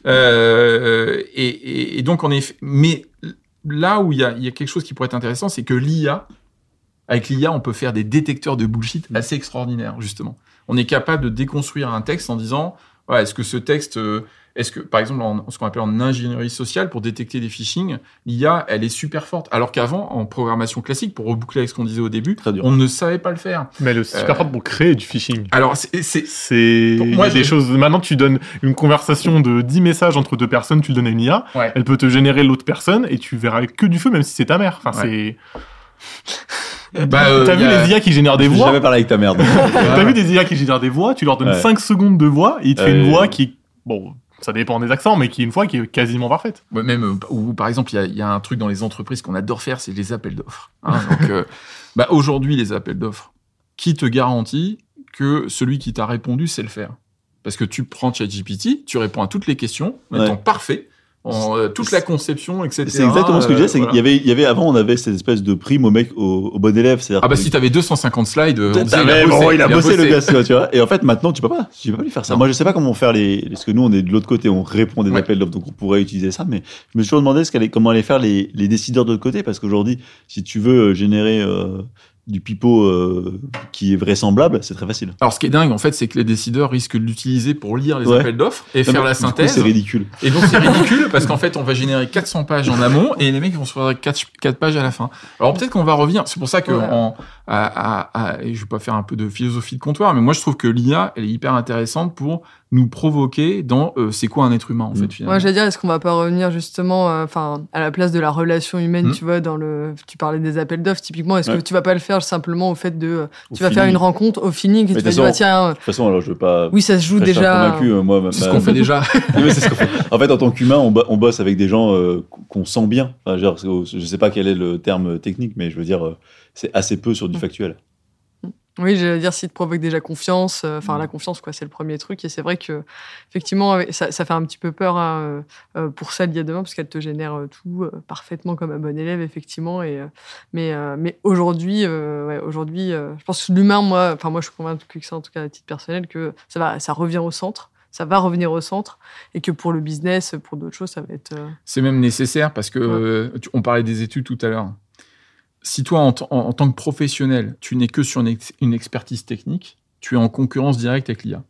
Euh, et, et, et donc, on est... Mais là où il y a, y a quelque chose qui pourrait être intéressant, c'est que l'I A, avec l'I A, on peut faire des détecteurs de bullshit assez extraordinaires, justement. On est capable de déconstruire un texte en disant... Ouais, est-ce que ce texte, euh, est-ce que, par exemple, en ce qu'on appelle en ingénierie sociale, pour détecter des phishing, l'I A, elle est super forte. Alors qu'avant, en programmation classique, pour reboucler avec ce qu'on disait au début, on ne savait pas le faire. Mais elle est super euh, forte pour créer du phishing. Alors, c'est... c'est, c'est moi, il y a des choses... Maintenant, tu donnes une conversation de dix messages entre deux personnes, tu le donnes à une I A, ouais. Elle peut te générer l'autre personne, et tu verras que du feu, même si c'est ta mère. Enfin, ouais. c'est... Bah, euh, t'as vu a... les I A qui génèrent des voix ? J'ai jamais parlé avec ta mère. T'as vu des I A qui génèrent des voix ? Tu leur donnes ouais. cinq secondes de voix, et il te fait euh... une voix qui... Bon, ça dépend des accents, mais qui est une fois qui est quasiment parfaite. Ouais, même, ou par exemple, il y, y a un truc dans les entreprises qu'on adore faire, c'est les appels d'offres. Hein, donc, euh, bah, aujourd'hui, les appels d'offres, qui te garantit que celui qui t'a répondu sait le faire ? Parce que tu prends ChatGPT, tu réponds à toutes les questions, en étant ouais. parfait, en, euh, toute la conception, et cetera. C'est exactement ce que je disais, c'est voilà. qu'il y avait, il y avait, avant, on avait cette espèce de prime au mec, au, au bon élève. Ah bah que... si t'avais deux cent cinquante slides, on disait, il a bossé, bon, il a il bossé, a bossé le gars, tu vois. Et en fait, maintenant, tu peux pas, tu peux pas lui faire ça. Non. Moi, je sais pas comment faire les, parce que nous, on est de l'autre côté, on répond des ouais. appels d'offres, donc on pourrait utiliser ça, mais je me suis toujours demandé ce qu'allait, comment allaient faire les, les décideurs de l'autre côté, parce qu'aujourd'hui, si tu veux générer, euh, du pipeau euh, qui est vraisemblable, c'est très facile. Alors, ce qui est dingue, en fait, c'est que les décideurs risquent de l'utiliser pour lire les ouais. appels d'offres et non, faire la synthèse. C'est ridicule. Et donc, c'est ridicule parce qu'en fait, on va générer quatre cents pages en amont et les mecs vont se faire quatre pages à la fin. Alors, peut-être qu'on va revenir. C'est pour ça que, ouais. en, à, à, à, et je vais pas faire un peu de philosophie de comptoir, mais moi, je trouve que l'I A, elle est hyper intéressante pour nous provoquer dans euh, c'est quoi un être humain, en fait, finalement. Moi, j'allais dire, est-ce qu'on va pas revenir justement, enfin, euh, à la place de la relation humaine, mmh. tu vois, dans le, tu parlais des appels d'offres, typiquement, est-ce ouais. que tu vas pas le faire simplement au fait de, euh, tu vas feeling. faire une rencontre au feeling et mais tu vas dire, bah, tiens. De toute façon, alors, je veux pas. Oui, ça se joue déjà. Convaincu, euh, moi, c'est ma, ce qu'on ma... fait déjà. Oui, c'est ce qu'on fait. En fait, en tant qu'humain, on, bo- on bosse avec des gens euh, qu'on sent bien. Enfin, genre, je sais pas quel est le terme technique, mais je veux dire, euh, c'est assez peu sur du factuel. Oui, j'allais dire, si te provoque déjà confiance, enfin, euh, la confiance, quoi, c'est le premier truc. Et c'est vrai que, effectivement, ça, ça fait un petit peu peur hein, euh, pour ça, l'I A demain, parce qu'elle te génère tout euh, parfaitement comme un bon élève, effectivement. Et, euh, mais, euh, mais aujourd'hui, euh, ouais, aujourd'hui euh, je pense que l'humain, moi, enfin, moi, je suis convaincue que ça, en tout cas, à titre personnel, que ça, va, ça revient au centre. Ça va revenir au centre et que pour le business, pour d'autres choses, ça va être. Euh... C'est même nécessaire parce que, ouais. euh, tu, on parlait des études tout à l'heure. Si toi, en, t- en, en tant que professionnel, tu n'es que sur une, ex- une expertise technique, tu es en concurrence directe avec l'I A.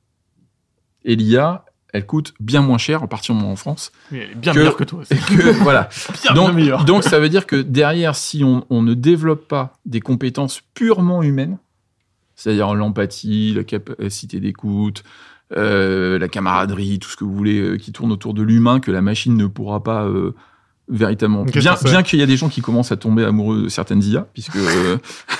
Et l'I A, elle coûte bien moins cher, en particulier en France. Oui, elle est bien que, meilleure que toi aussi. Que, voilà. bien, donc, bien meilleure. Donc, ça veut dire que derrière, si on, on ne développe pas des compétences purement humaines, c'est-à-dire l'empathie, la capacité d'écoute, euh, la camaraderie, tout ce que vous voulez euh, qui tourne autour de l'humain, que la machine ne pourra pas... Euh, véritablement. Bien, bien qu'il y a des gens qui commencent à tomber amoureux de certaines I A, puisque euh,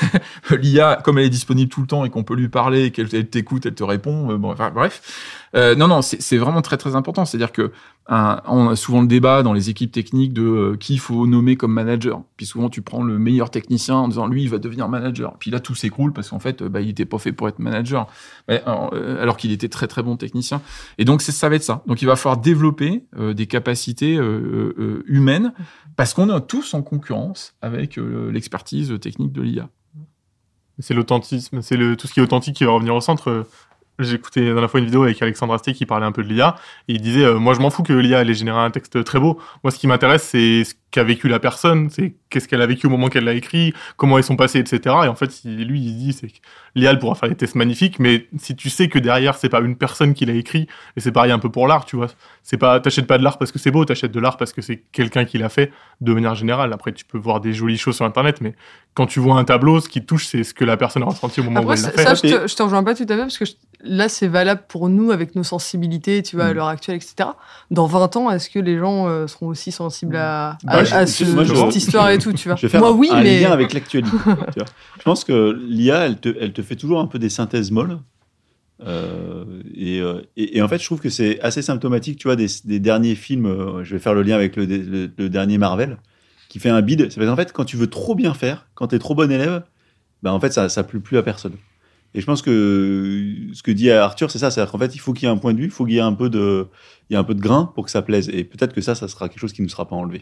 l'I A, comme elle est disponible tout le temps et qu'on peut lui parler, et qu'elle elle t'écoute, elle te répond, euh, bon, enfin, bref. Euh, non, non, c'est, c'est vraiment très, très important. C'est-à-dire que un, on a souvent le débat dans les équipes techniques de euh, qui il faut nommer comme manager. Puis souvent, tu prends le meilleur technicien en disant lui, il va devenir manager. Puis là, tout s'écroule parce qu'en fait, bah, il était pas fait pour être manager, mais, alors, euh, alors qu'il était très très bon technicien. Et donc, c'est, ça va être ça. Donc, il va falloir développer euh, des capacités euh, euh, humaines parce qu'on est tous en concurrence avec euh, l'expertise technique de l'I A. C'est l'authentisme, c'est le, tout ce qui est authentique qui va revenir au centre. J'ai écouté la dernière fois une vidéo avec Alexandre Astier qui parlait un peu de l'I A et il disait euh, moi je m'en fous que l'I A allait générer un texte très beau. Moi ce qui m'intéresse c'est ce qu'a vécu la personne, c'est qu'est-ce qu'elle a vécu au moment qu'elle l'a écrit, comment ils sont passés, et cetera. Et en fait lui il dit c'est que l'I A elle pourra faire des tests magnifiques, mais si tu sais que derrière c'est pas une personne qui l'a écrit, et c'est pareil un peu pour l'art, tu vois, c'est pas t'achètes pas de l'art parce que c'est beau, t'achètes de l'art parce que c'est quelqu'un qui l'a fait de manière générale. Après tu peux voir des jolies choses sur internet, mais quand tu vois un tableau, ce qui te touche c'est ce que la personne a ressenti au moment Après, où elle l'a ça, fait. ça, je, te, je te rejoins pas tout à fait parce que je, là, c'est valable pour nous avec nos sensibilités, tu vois, à l'heure actuelle, et cetera. Dans vingt ans, est-ce que les gens euh, seront aussi sensibles à, Bah, à, je- à je- ce, moi, je- cette histoire et tout, tu vois? Je vais faire Moi, un, oui, un mais lien avec l'actualité. tu vois. Je pense que l'I A, elle te, elle te fait toujours un peu des synthèses molles. Euh, et, euh, et, et en fait, je trouve que c'est assez symptomatique, tu vois, des, des derniers films. Euh, je vais faire le lien avec le, le, le dernier Marvel, qui fait un bide. C'est parce qu'en fait, quand tu veux trop bien faire, quand t'es trop bon élève, ben en fait, ça, ça plut plus à personne. Et je pense que ce que dit Arthur, c'est ça, c'est-à-dire qu'en fait, il faut qu'il y ait un point de vue, il faut qu'il y ait un peu de, il y ait un peu de grain pour que ça plaise. Et peut-être que ça, ça sera quelque chose qui ne nous sera pas enlevé.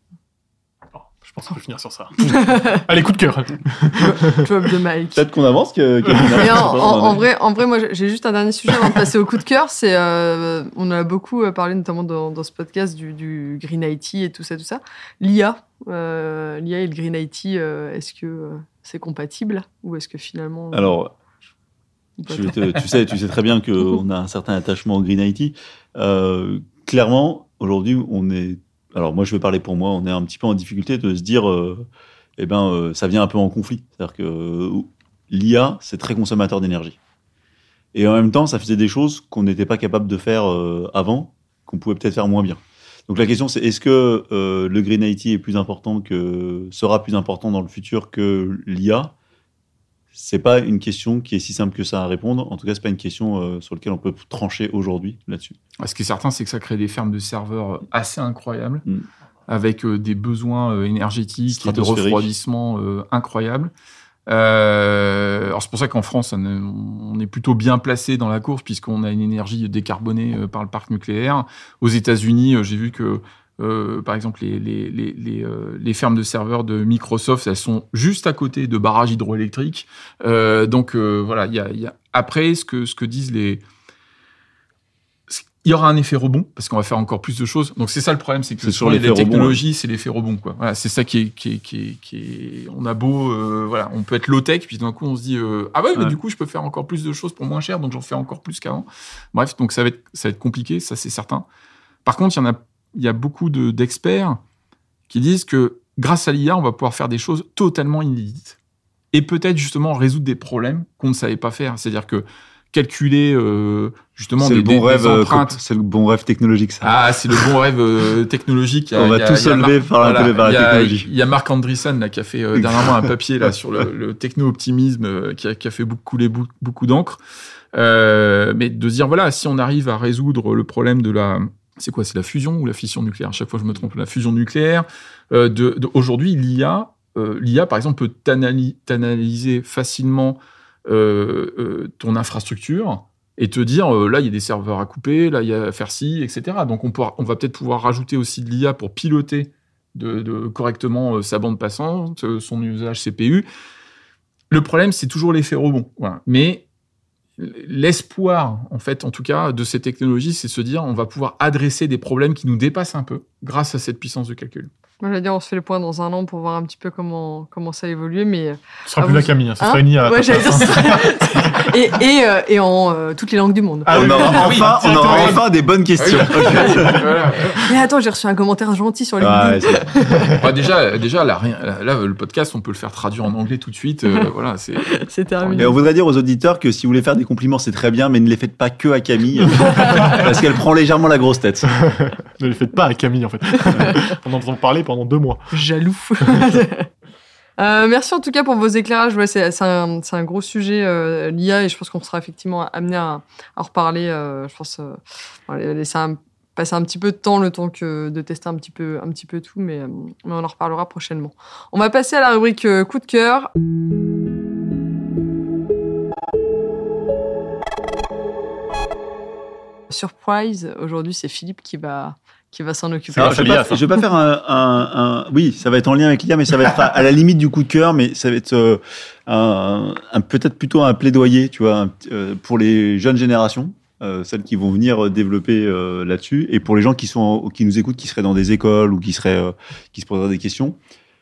Je pense qu'on peut finir sur ça. Allez, coup de cœur. drop the mic. Peut-être qu'on avance, que, que Mais en, en, en vrai, en vrai, moi, j'ai juste un dernier sujet avant de passer au coup de cœur. C'est, euh, on a beaucoup parlé, notamment dans, dans ce podcast, du, du Green I T et tout ça, tout ça. L'I A, euh, l'I A et le Green I T, euh, est-ce que euh, c'est compatible ou est-ce que finalement Alors, je te- tu sais, tu sais très bien qu'on a un certain attachement au Green I T. Euh, clairement, aujourd'hui, on est. Alors, moi, je vais parler pour moi. On est un petit peu en difficulté de se dire, euh, eh ben, euh, ça vient un peu en conflit. C'est-à-dire que euh, l'I A, c'est très consommateur d'énergie. Et en même temps, ça faisait des choses qu'on n'était pas capable de faire euh, avant, qu'on pouvait peut-être faire moins bien. Donc la question, c'est est-ce que euh, le Green I T est plus important que sera plus important dans le futur que l'I A? C'est pas une question qui est si simple que ça à répondre. En tout cas, c'est pas une question euh, sur laquelle on peut trancher aujourd'hui là-dessus. Ce qui est certain, c'est que ça crée des fermes de serveurs assez incroyables, Mm. avec euh, des besoins euh, énergétiques et de Stratosphériques. refroidissement euh, incroyables. Euh, alors c'est pour ça qu'en France, on est, on est plutôt bien placé dans la course puisqu'on a une énergie décarbonée euh, par le parc nucléaire. Aux États-Unis, euh, j'ai vu que euh, par exemple les, les, les, les, euh, les fermes de serveurs de Microsoft, elles sont juste à côté de barrages hydroélectriques. Euh, donc euh, voilà, il y a, il y a après ce que ce que disent les il y aura un effet rebond parce qu'on va faire encore plus de choses. Donc c'est ça le problème, c'est que C'est sur sur les, l'effet les rebond, technologies, c'est l'effet rebond, quoi. Voilà, c'est ça qui est, qui est, qui est, qui est... On a beau, euh, voilà, on peut être low tech, puis d'un coup on se dit euh, ah ouais, mais Ouais. du coup je peux faire encore plus de choses pour moins cher, donc j'en fais encore plus qu'avant. Bref, donc ça va être, ça va être compliqué, ça c'est certain. Par contre, il y en a, il y a beaucoup de, d'experts qui disent que grâce à l'I A, on va pouvoir faire des choses totalement inédites et peut-être justement résoudre des problèmes qu'on ne savait pas faire. C'est-à-dire que calculer euh, justement C'est des, le bon des- rêve, des euh, empreintes. c'est le bon rêve technologique, ça. Ah, c'est le bon rêve euh, technologique. Il y a- On va il y a- tout il y a solver Marc- par la- voilà, par la il y a- technologie. Il y a Marc Andreessen là, qui a fait euh, dernièrement un papier là, sur le, le techno-optimisme euh, qui, a, qui a fait beaucoup, couler beaucoup, beaucoup d'encre. Euh, mais de se dire, voilà, si on arrive à résoudre le problème de la... C'est quoi? C'est la fusion ou la fission nucléaire? À chaque fois, je me trompe. La fusion nucléaire. Euh, de, de- aujourd'hui, l'I A, euh, l'I A, par exemple, peut t'anali- t'analyser facilement euh, euh, ton infrastructure et te dire, euh, là, il y a des serveurs à couper, là, il y a à faire ci, et cetera. Donc, on, pourra, on va peut-être pouvoir rajouter aussi de l'I A pour piloter de, de, correctement euh, sa bande passante, euh, son usage C P U. Le problème, c'est toujours l'effet rebond. Voilà. Mais l'espoir, en fait, en tout cas, de ces technologies, c'est de se dire, on va pouvoir adresser des problèmes qui nous dépassent un peu grâce à cette puissance de calcul. Moi, j'allais dire, on se fait le point dans un an pour voir un petit peu comment, comment ça a évolué, mais... Ce sera Ah, plus vous- la Camille, hein, ce Hein sera une I A. à Ouais, ta j'allais dire place, hein. ça. et, et, euh, et en euh, toutes les langues du monde. Ah on oui, aura ah oui, enfin, on aura directement. enfin des bonnes questions. Voilà. Mais attends, j'ai reçu un commentaire gentil sur Ah, LinkedIn. ouais, c'est- Bah, déjà, déjà là, rien- là, là, le podcast, on peut le faire traduire en anglais tout de suite. euh, voilà, c'est... C'est terminé. Et on voudrait dire aux auditeurs que si vous voulez faire des compliments, c'est très bien, mais ne les faites pas que à Camille, parce qu'elle prend légèrement la grosse tête. Ne les faites pas à Camille, en fait. On en entend parler pendant deux mois. Jaloux. Euh, merci en tout cas pour vos éclairages. Ouais, c'est, c'est, un, c'est un gros sujet, euh, l'I A, et je pense qu'on sera effectivement amené à, à en reparler. Euh, je pense euh, on va laisser un, passer un petit peu de temps, le temps que de tester un petit peu, un petit peu tout, mais, euh, mais on en reparlera prochainement. On va passer à la rubrique euh, coup de cœur. Surprise, aujourd'hui c'est Philippe qui va, qui va s'en occuper. Alors, je, vais pas, je vais pas faire un, un, un... Oui, ça va être en lien avec l'I A, mais ça va être à, à la limite du coup de cœur, mais ça va être euh, un, un, peut-être plutôt un plaidoyer, tu vois, un, euh, pour les jeunes générations, euh, celles qui vont venir développer euh, là-dessus, et pour les gens qui, sont, qui nous écoutent, qui seraient dans des écoles ou qui, seraient, euh, qui se poseraient des questions.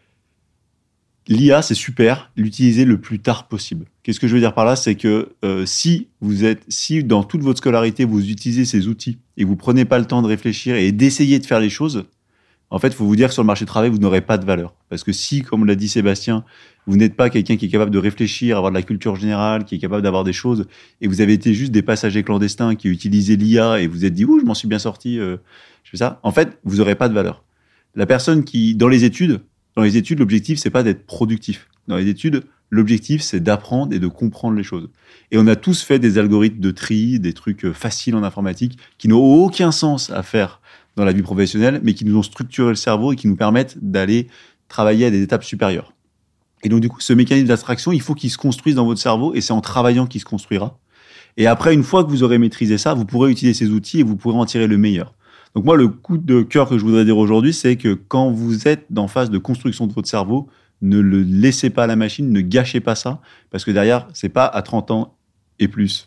L'I A, c'est super, l'utiliser le plus tard possible. Qu'est-ce que je veux dire par là? C'est que euh, si vous êtes, si dans toute votre scolarité, vous utilisez ces outils et vous prenez pas le temps de réfléchir et d'essayer de faire les choses, en fait, il faut vous dire que sur le marché du travail, vous n'aurez pas de valeur. Parce que si, comme l'a dit Sébastien, vous n'êtes pas quelqu'un qui est capable de réfléchir, avoir de la culture générale, qui est capable d'avoir des choses, et vous avez été juste des passagers clandestins qui utilisaient l'I A et vous vous êtes dit, ouh, je m'en suis bien sorti, euh, je fais ça. En fait, vous n'aurez pas de valeur. La personne qui, dans les études, Dans les études, l'objectif, c'est pas d'être productif. Dans les études, l'objectif, c'est d'apprendre et de comprendre les choses. Et on a tous fait des algorithmes de tri, des trucs faciles en informatique, qui n'ont aucun sens à faire dans la vie professionnelle, mais qui nous ont structuré le cerveau et qui nous permettent d'aller travailler à des étapes supérieures. Et donc, du coup, ce mécanisme d'abstraction, il faut qu'il se construise dans votre cerveau, et c'est en travaillant qu'il se construira. Et après, une fois que vous aurez maîtrisé ça, vous pourrez utiliser ces outils et vous pourrez en tirer le meilleur. Donc moi, le coup de cœur que je voudrais dire aujourd'hui, c'est que quand vous êtes en phase de construction de votre cerveau, ne le laissez pas à la machine, ne gâchez pas ça, parce que derrière, c'est pas à trente ans et plus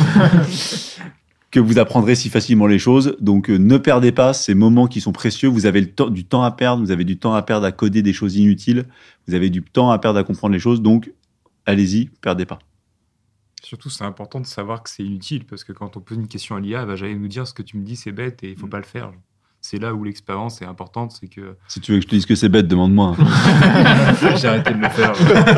que vous apprendrez si facilement les choses. Donc euh, ne perdez pas ces moments qui sont précieux. Vous avez le temps, du temps à perdre, vous avez du temps à perdre à coder des choses inutiles, vous avez du temps à perdre à comprendre les choses. Donc allez-y, perdez pas. Surtout, c'est important de savoir que c'est inutile, parce que quand on pose une question à l'I A, elle va jamais nous dire ce que tu me dis, c'est bête et il faut pas le faire. C'est là où l'expérience est importante, c'est que... Si tu veux que je te dise que c'est bête, demande-moi. J'ai arrêté de le faire.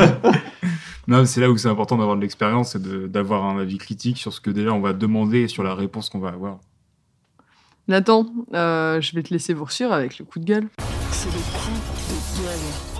Non, c'est là où c'est important d'avoir de l'expérience et de, d'avoir un avis critique sur ce que déjà on va demander et sur la réponse qu'on va avoir. Nathan, euh, je vais te laisser vous reçuivre avec le coup de gueule. C'est le coup de gueule.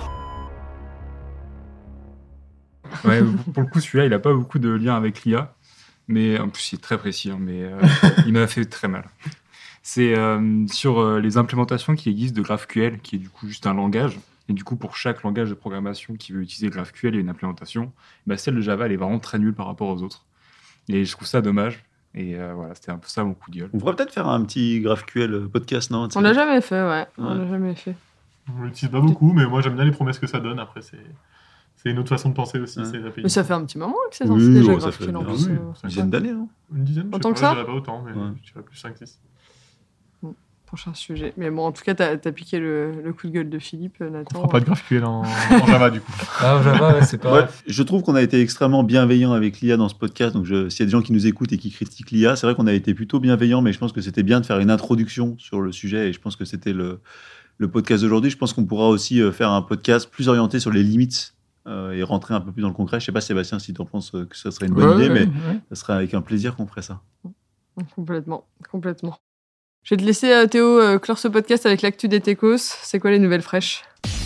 Ouais, pour le coup, celui-là, il n'a pas beaucoup de lien avec l'I A, mais en plus, il est très précis, hein, mais euh, il m'a fait très mal. C'est euh, sur euh, les implémentations qui existent de GraphQL, qui est du coup juste un langage. Et du coup, pour chaque langage de programmation qui veut utiliser GraphQL, il y a une implémentation. Bah, celle de Java, elle est vraiment très nulle par rapport aux autres. Et je trouve ça dommage. Et euh, voilà, c'était un peu ça mon coup de gueule. On pourrait peut-être faire un petit GraphQL podcast, non? On l'a jamais fait, ouais. Ouais. On l'a jamais fait. On l'utilise pas beaucoup, mais moi j'aime bien les promesses que ça donne. Après, c'est, c'est une autre façon de penser aussi. Ouais. C'est A P I. Mais ça fait un petit moment que c'est Oui, sorti déjà, ouais, ça GraphQL fait en bien, plus. oui. euh, Une dizaine d'années, non? Une dizaine, je Autant sais que pas, ça je dirais pas autant, mais Ouais. je dirais plus cinq six. Prochain sujet. Mais bon, en tout cas, t'as, t'as piqué le, le coup de gueule de Philippe, On Nathan. fera pas de GraphQL en, en Java du coup. Ah, Java, ouais, c'est pas... Ouais, je trouve qu'on a été extrêmement bienveillant avec l'I A dans ce podcast. Donc, je, s'il y a des gens qui nous écoutent et qui critiquent l'I A, c'est vrai qu'on a été plutôt bienveillant, mais je pense que c'était bien de faire une introduction sur le sujet. Et je pense que c'était le, le podcast d'aujourd'hui. Je pense qu'on pourra aussi euh, faire un podcast plus orienté sur les limites euh, et rentrer un peu plus dans le concret. Je sais pas, Sébastien, si tu en penses euh, que ça serait une bonne Ouais, idée, ouais, mais ouais. ça serait avec un plaisir qu'on ferait ça. Complètement, complètement. Je vais te laisser, euh, Théo, euh, clore ce podcast avec l'actu des techos. C'est quoi les nouvelles fraîches?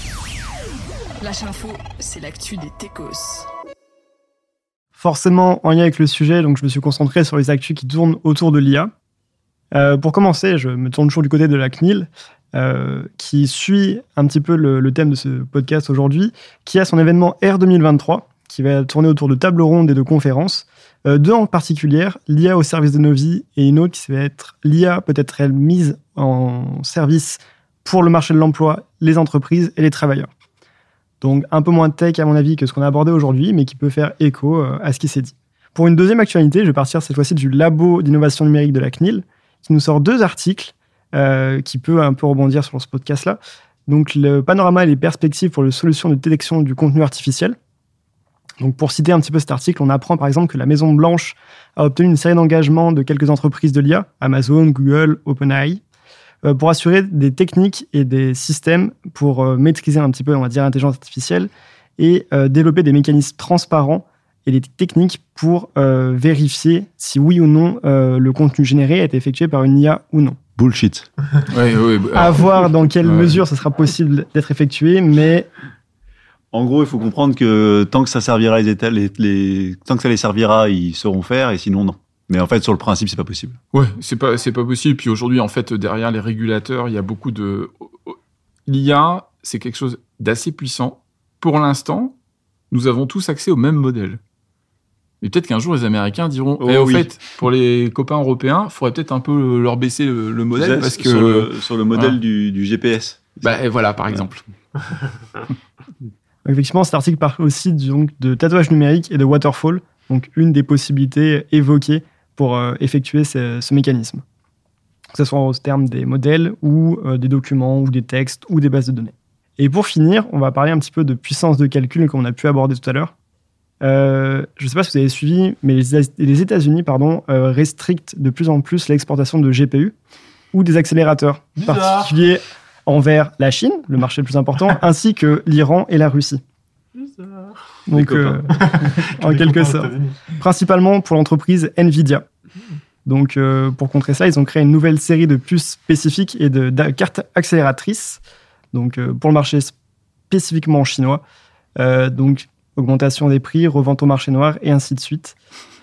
Lâche info, c'est l'actu des techos. Forcément en lien avec le sujet, donc je me suis concentré sur les actus qui tournent autour de l'I A. Euh, pour commencer, je me tourne toujours du côté de la C N I L, euh, qui suit un petit peu le, le thème de ce podcast aujourd'hui, qui a son événement R deux mille vingt-trois, qui va tourner autour de tables rondes et de conférences. Euh, deux en particulier, l'I A au service de nos vies, et une autre qui va être l'I A peut-être elle mise en service pour le marché de l'emploi, les entreprises et les travailleurs. Donc un peu moins tech à mon avis que ce qu'on a abordé aujourd'hui, mais qui peut faire écho euh, à ce qui s'est dit. Pour une deuxième actualité, je vais partir cette fois-ci du labo d'innovation numérique de la C N I L, qui nous sort deux articles euh, qui peut un peu rebondir sur ce podcast-là. Donc le panorama et les perspectives pour les solutions de détection du contenu artificiel. Donc pour citer un petit peu cet article, on apprend par exemple que la Maison Blanche a obtenu une série d'engagements de quelques entreprises de l'I A, Amazon, Google, OpenAI, euh, pour assurer des techniques et des systèmes pour euh, maîtriser un petit peu, on va dire, l'intelligence artificielle et euh, développer des mécanismes transparents et des techniques pour euh, vérifier si oui ou non euh, le contenu généré a été effectué par une I A ou non. Bullshit. Ouais, ouais, bah, À alors, voir dans quelle ouais. mesure ça sera possible d'être effectué, mais En gros, il faut comprendre que tant que ça servira les États, les, les, tant que ça les servira, ils sauront faire, et sinon non. Mais en fait, sur le principe, c'est pas possible. Ouais, c'est pas, c'est pas possible. Puis aujourd'hui, en fait, derrière les régulateurs, il y a beaucoup de... L'I A, c'est quelque chose d'assez puissant. Pour l'instant, nous avons tous accès au même modèle. Mais peut-être qu'un jour, les Américains diront Oh, eh, au oui. fait, pour les copains européens, il faudrait peut-être un peu leur baisser le, le modèle. Vous Parce êtes que... sur, le, sur le modèle Voilà. du, du G P S. Bah, voilà, par exemple. Effectivement, cet article parle aussi donc, de tatouage numérique et de waterfall, donc une des possibilités évoquées pour euh, effectuer ce, ce mécanisme. Que ce soit au terme des modèles ou euh, des documents ou des textes ou des bases de données. Et pour finir, on va parler un petit peu de puissance de calcul comme on a pu aborder tout à l'heure. Euh, je ne sais pas si vous avez suivi, mais les, les États-Unis pardon, euh, restrictent de plus en plus l'exportation de G P U ou des accélérateurs, en Bizarre. particulier envers la Chine, le marché le plus important, ainsi que l'Iran et la Russie. Donc, euh, en quelque sorte. Principalement pour l'entreprise Nvidia. Donc, euh, pour contrer ça, ils ont créé une nouvelle série de puces spécifiques et de, de cartes accélératrices, donc euh, pour le marché spécifiquement chinois. Euh, donc, augmentation des prix, revente au marché noir et ainsi de suite.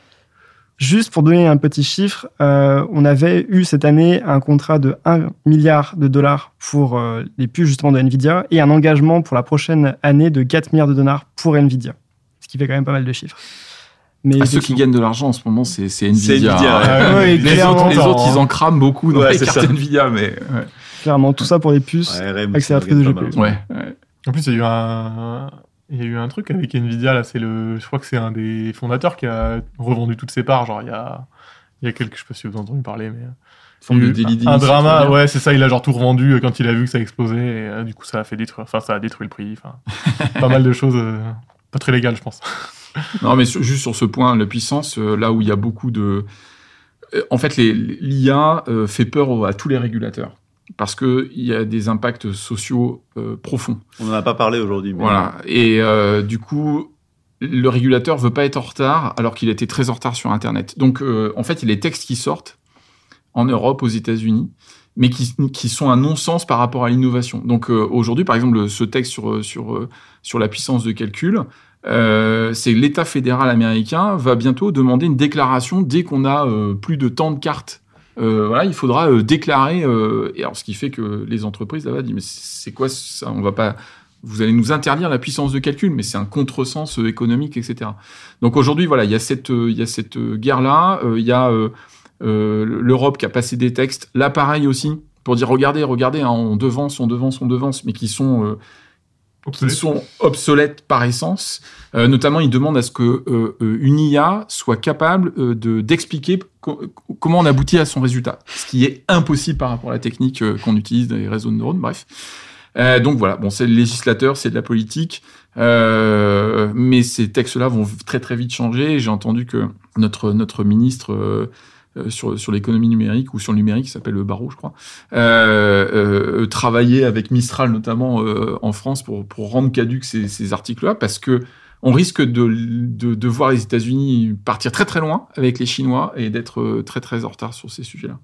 Juste pour donner un petit chiffre, euh, on avait eu cette année un contrat de un milliard de dollars pour euh, les puces justement de Nvidia et un engagement pour la prochaine année de quatre milliards de dollars pour Nvidia. Ce qui fait quand même pas mal de chiffres. Mais Ah, ceux qui gagnent de l'argent en ce moment, c'est, c'est Nvidia. C'est Nvidia, hein. ouais. Ouais, les, clairement. autres, les autres, ils en crament beaucoup dans Ouais, les c'est cartes ça. Nvidia, mais... Ouais. clairement, tout ça pour des puces Ouais, R M, accélératrices ça de gagne G P U. pas mal. Ouais, ouais. En plus, il y a eu un, il y a eu un truc avec Nvidia, là, c'est le, je crois que c'est un des fondateurs qui a revendu toutes ses parts, genre, il y a, il y a quelques, je sais pas si vous avez entendu parler, mais. Forme il y a de eu délit un, un d'initiative, drama, tu veux dire. ouais, c'est ça, il a genre tout revendu euh, quand il a vu que ça explosait, et euh, du coup, ça a fait détruire, enfin, ça a détruit le prix, enfin, pas mal de choses, euh, pas très légales, je pense. Non, mais sur- juste sur ce point, la puissance, euh, là où il y a beaucoup de... Euh, En fait, les- l'I A euh, fait peur au- à tous les régulateurs. Parce qu'il y a des impacts sociaux euh, profonds. On n'en a pas parlé aujourd'hui. Mais... Voilà. Et euh, du coup, le régulateur veut pas être en retard, alors qu'il était très en retard sur Internet. Donc, euh, en fait, il y a les textes qui sortent en Europe, aux États-Unis, mais qui, qui sont un non-sens par rapport à l'innovation. Donc, euh, aujourd'hui, par exemple, ce texte sur, sur, euh, sur la puissance de calcul, euh, c'est que l'État fédéral américain va bientôt demander une déclaration dès qu'on a euh, plus de tant de cartes. Euh, voilà, il faudra euh, déclarer. Euh, et alors, ce qui fait que les entreprises là-bas disent mais c'est quoi ça ? On va pas. Vous allez nous interdire la puissance de calcul, mais c'est un contresens euh, économique, et cetera. Donc aujourd'hui, voilà, il y a cette, euh, il y a cette euh, guerre-là. Euh, il y a euh, euh, l'Europe qui a passé des textes. Là, pareil aussi, pour dire regardez, regardez, hein, on devance, on devance, on devance, mais qui sont euh, qui sont obsolètes par essence. Euh, notamment, ils demandent à ce que euh, euh, une I A soit capable euh, de d'expliquer co- comment on aboutit à son résultat, ce qui est impossible par rapport à la technique euh, qu'on utilise dans les réseaux de neurones. Bref. Euh, donc voilà, bon, c'est le législateur, c'est de la politique, euh, mais ces textes-là vont très très vite changer. J'ai entendu que notre notre ministre euh, euh, sur sur l'économie numérique ou sur le numérique, qui s'appelle Barrot, je crois, euh, euh, travaillait avec Mistral notamment euh, en France pour pour rendre caduques ces, ces articles-là, parce que on risque de, de de voir les États-Unis partir très très loin avec les Chinois et d'être très très en retard sur ces sujets-là.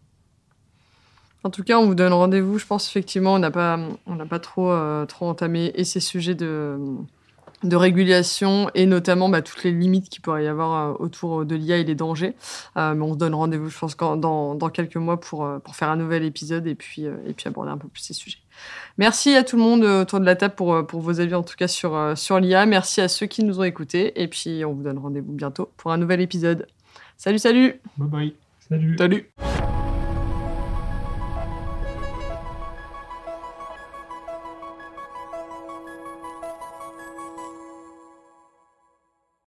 En tout cas, on vous donne rendez-vous. Je pense effectivement, on n'a pas, on n'a pas trop, euh, trop entamé et ces sujets de, de régulation et notamment bah, toutes les limites qu'il pourrait y avoir euh, autour de l'I A et les dangers. Euh, mais on se donne rendez-vous, je pense, quand, dans, dans quelques mois pour, euh, pour faire un nouvel épisode et puis, euh, et puis aborder un peu plus ces sujets. Merci à tout le monde autour de la table pour, pour vos avis, en tout cas sur, euh, sur l'I A. Merci à ceux qui nous ont écoutés et puis on vous donne rendez-vous bientôt pour un nouvel épisode. Salut, salut! Bye bye. Salut. Salut.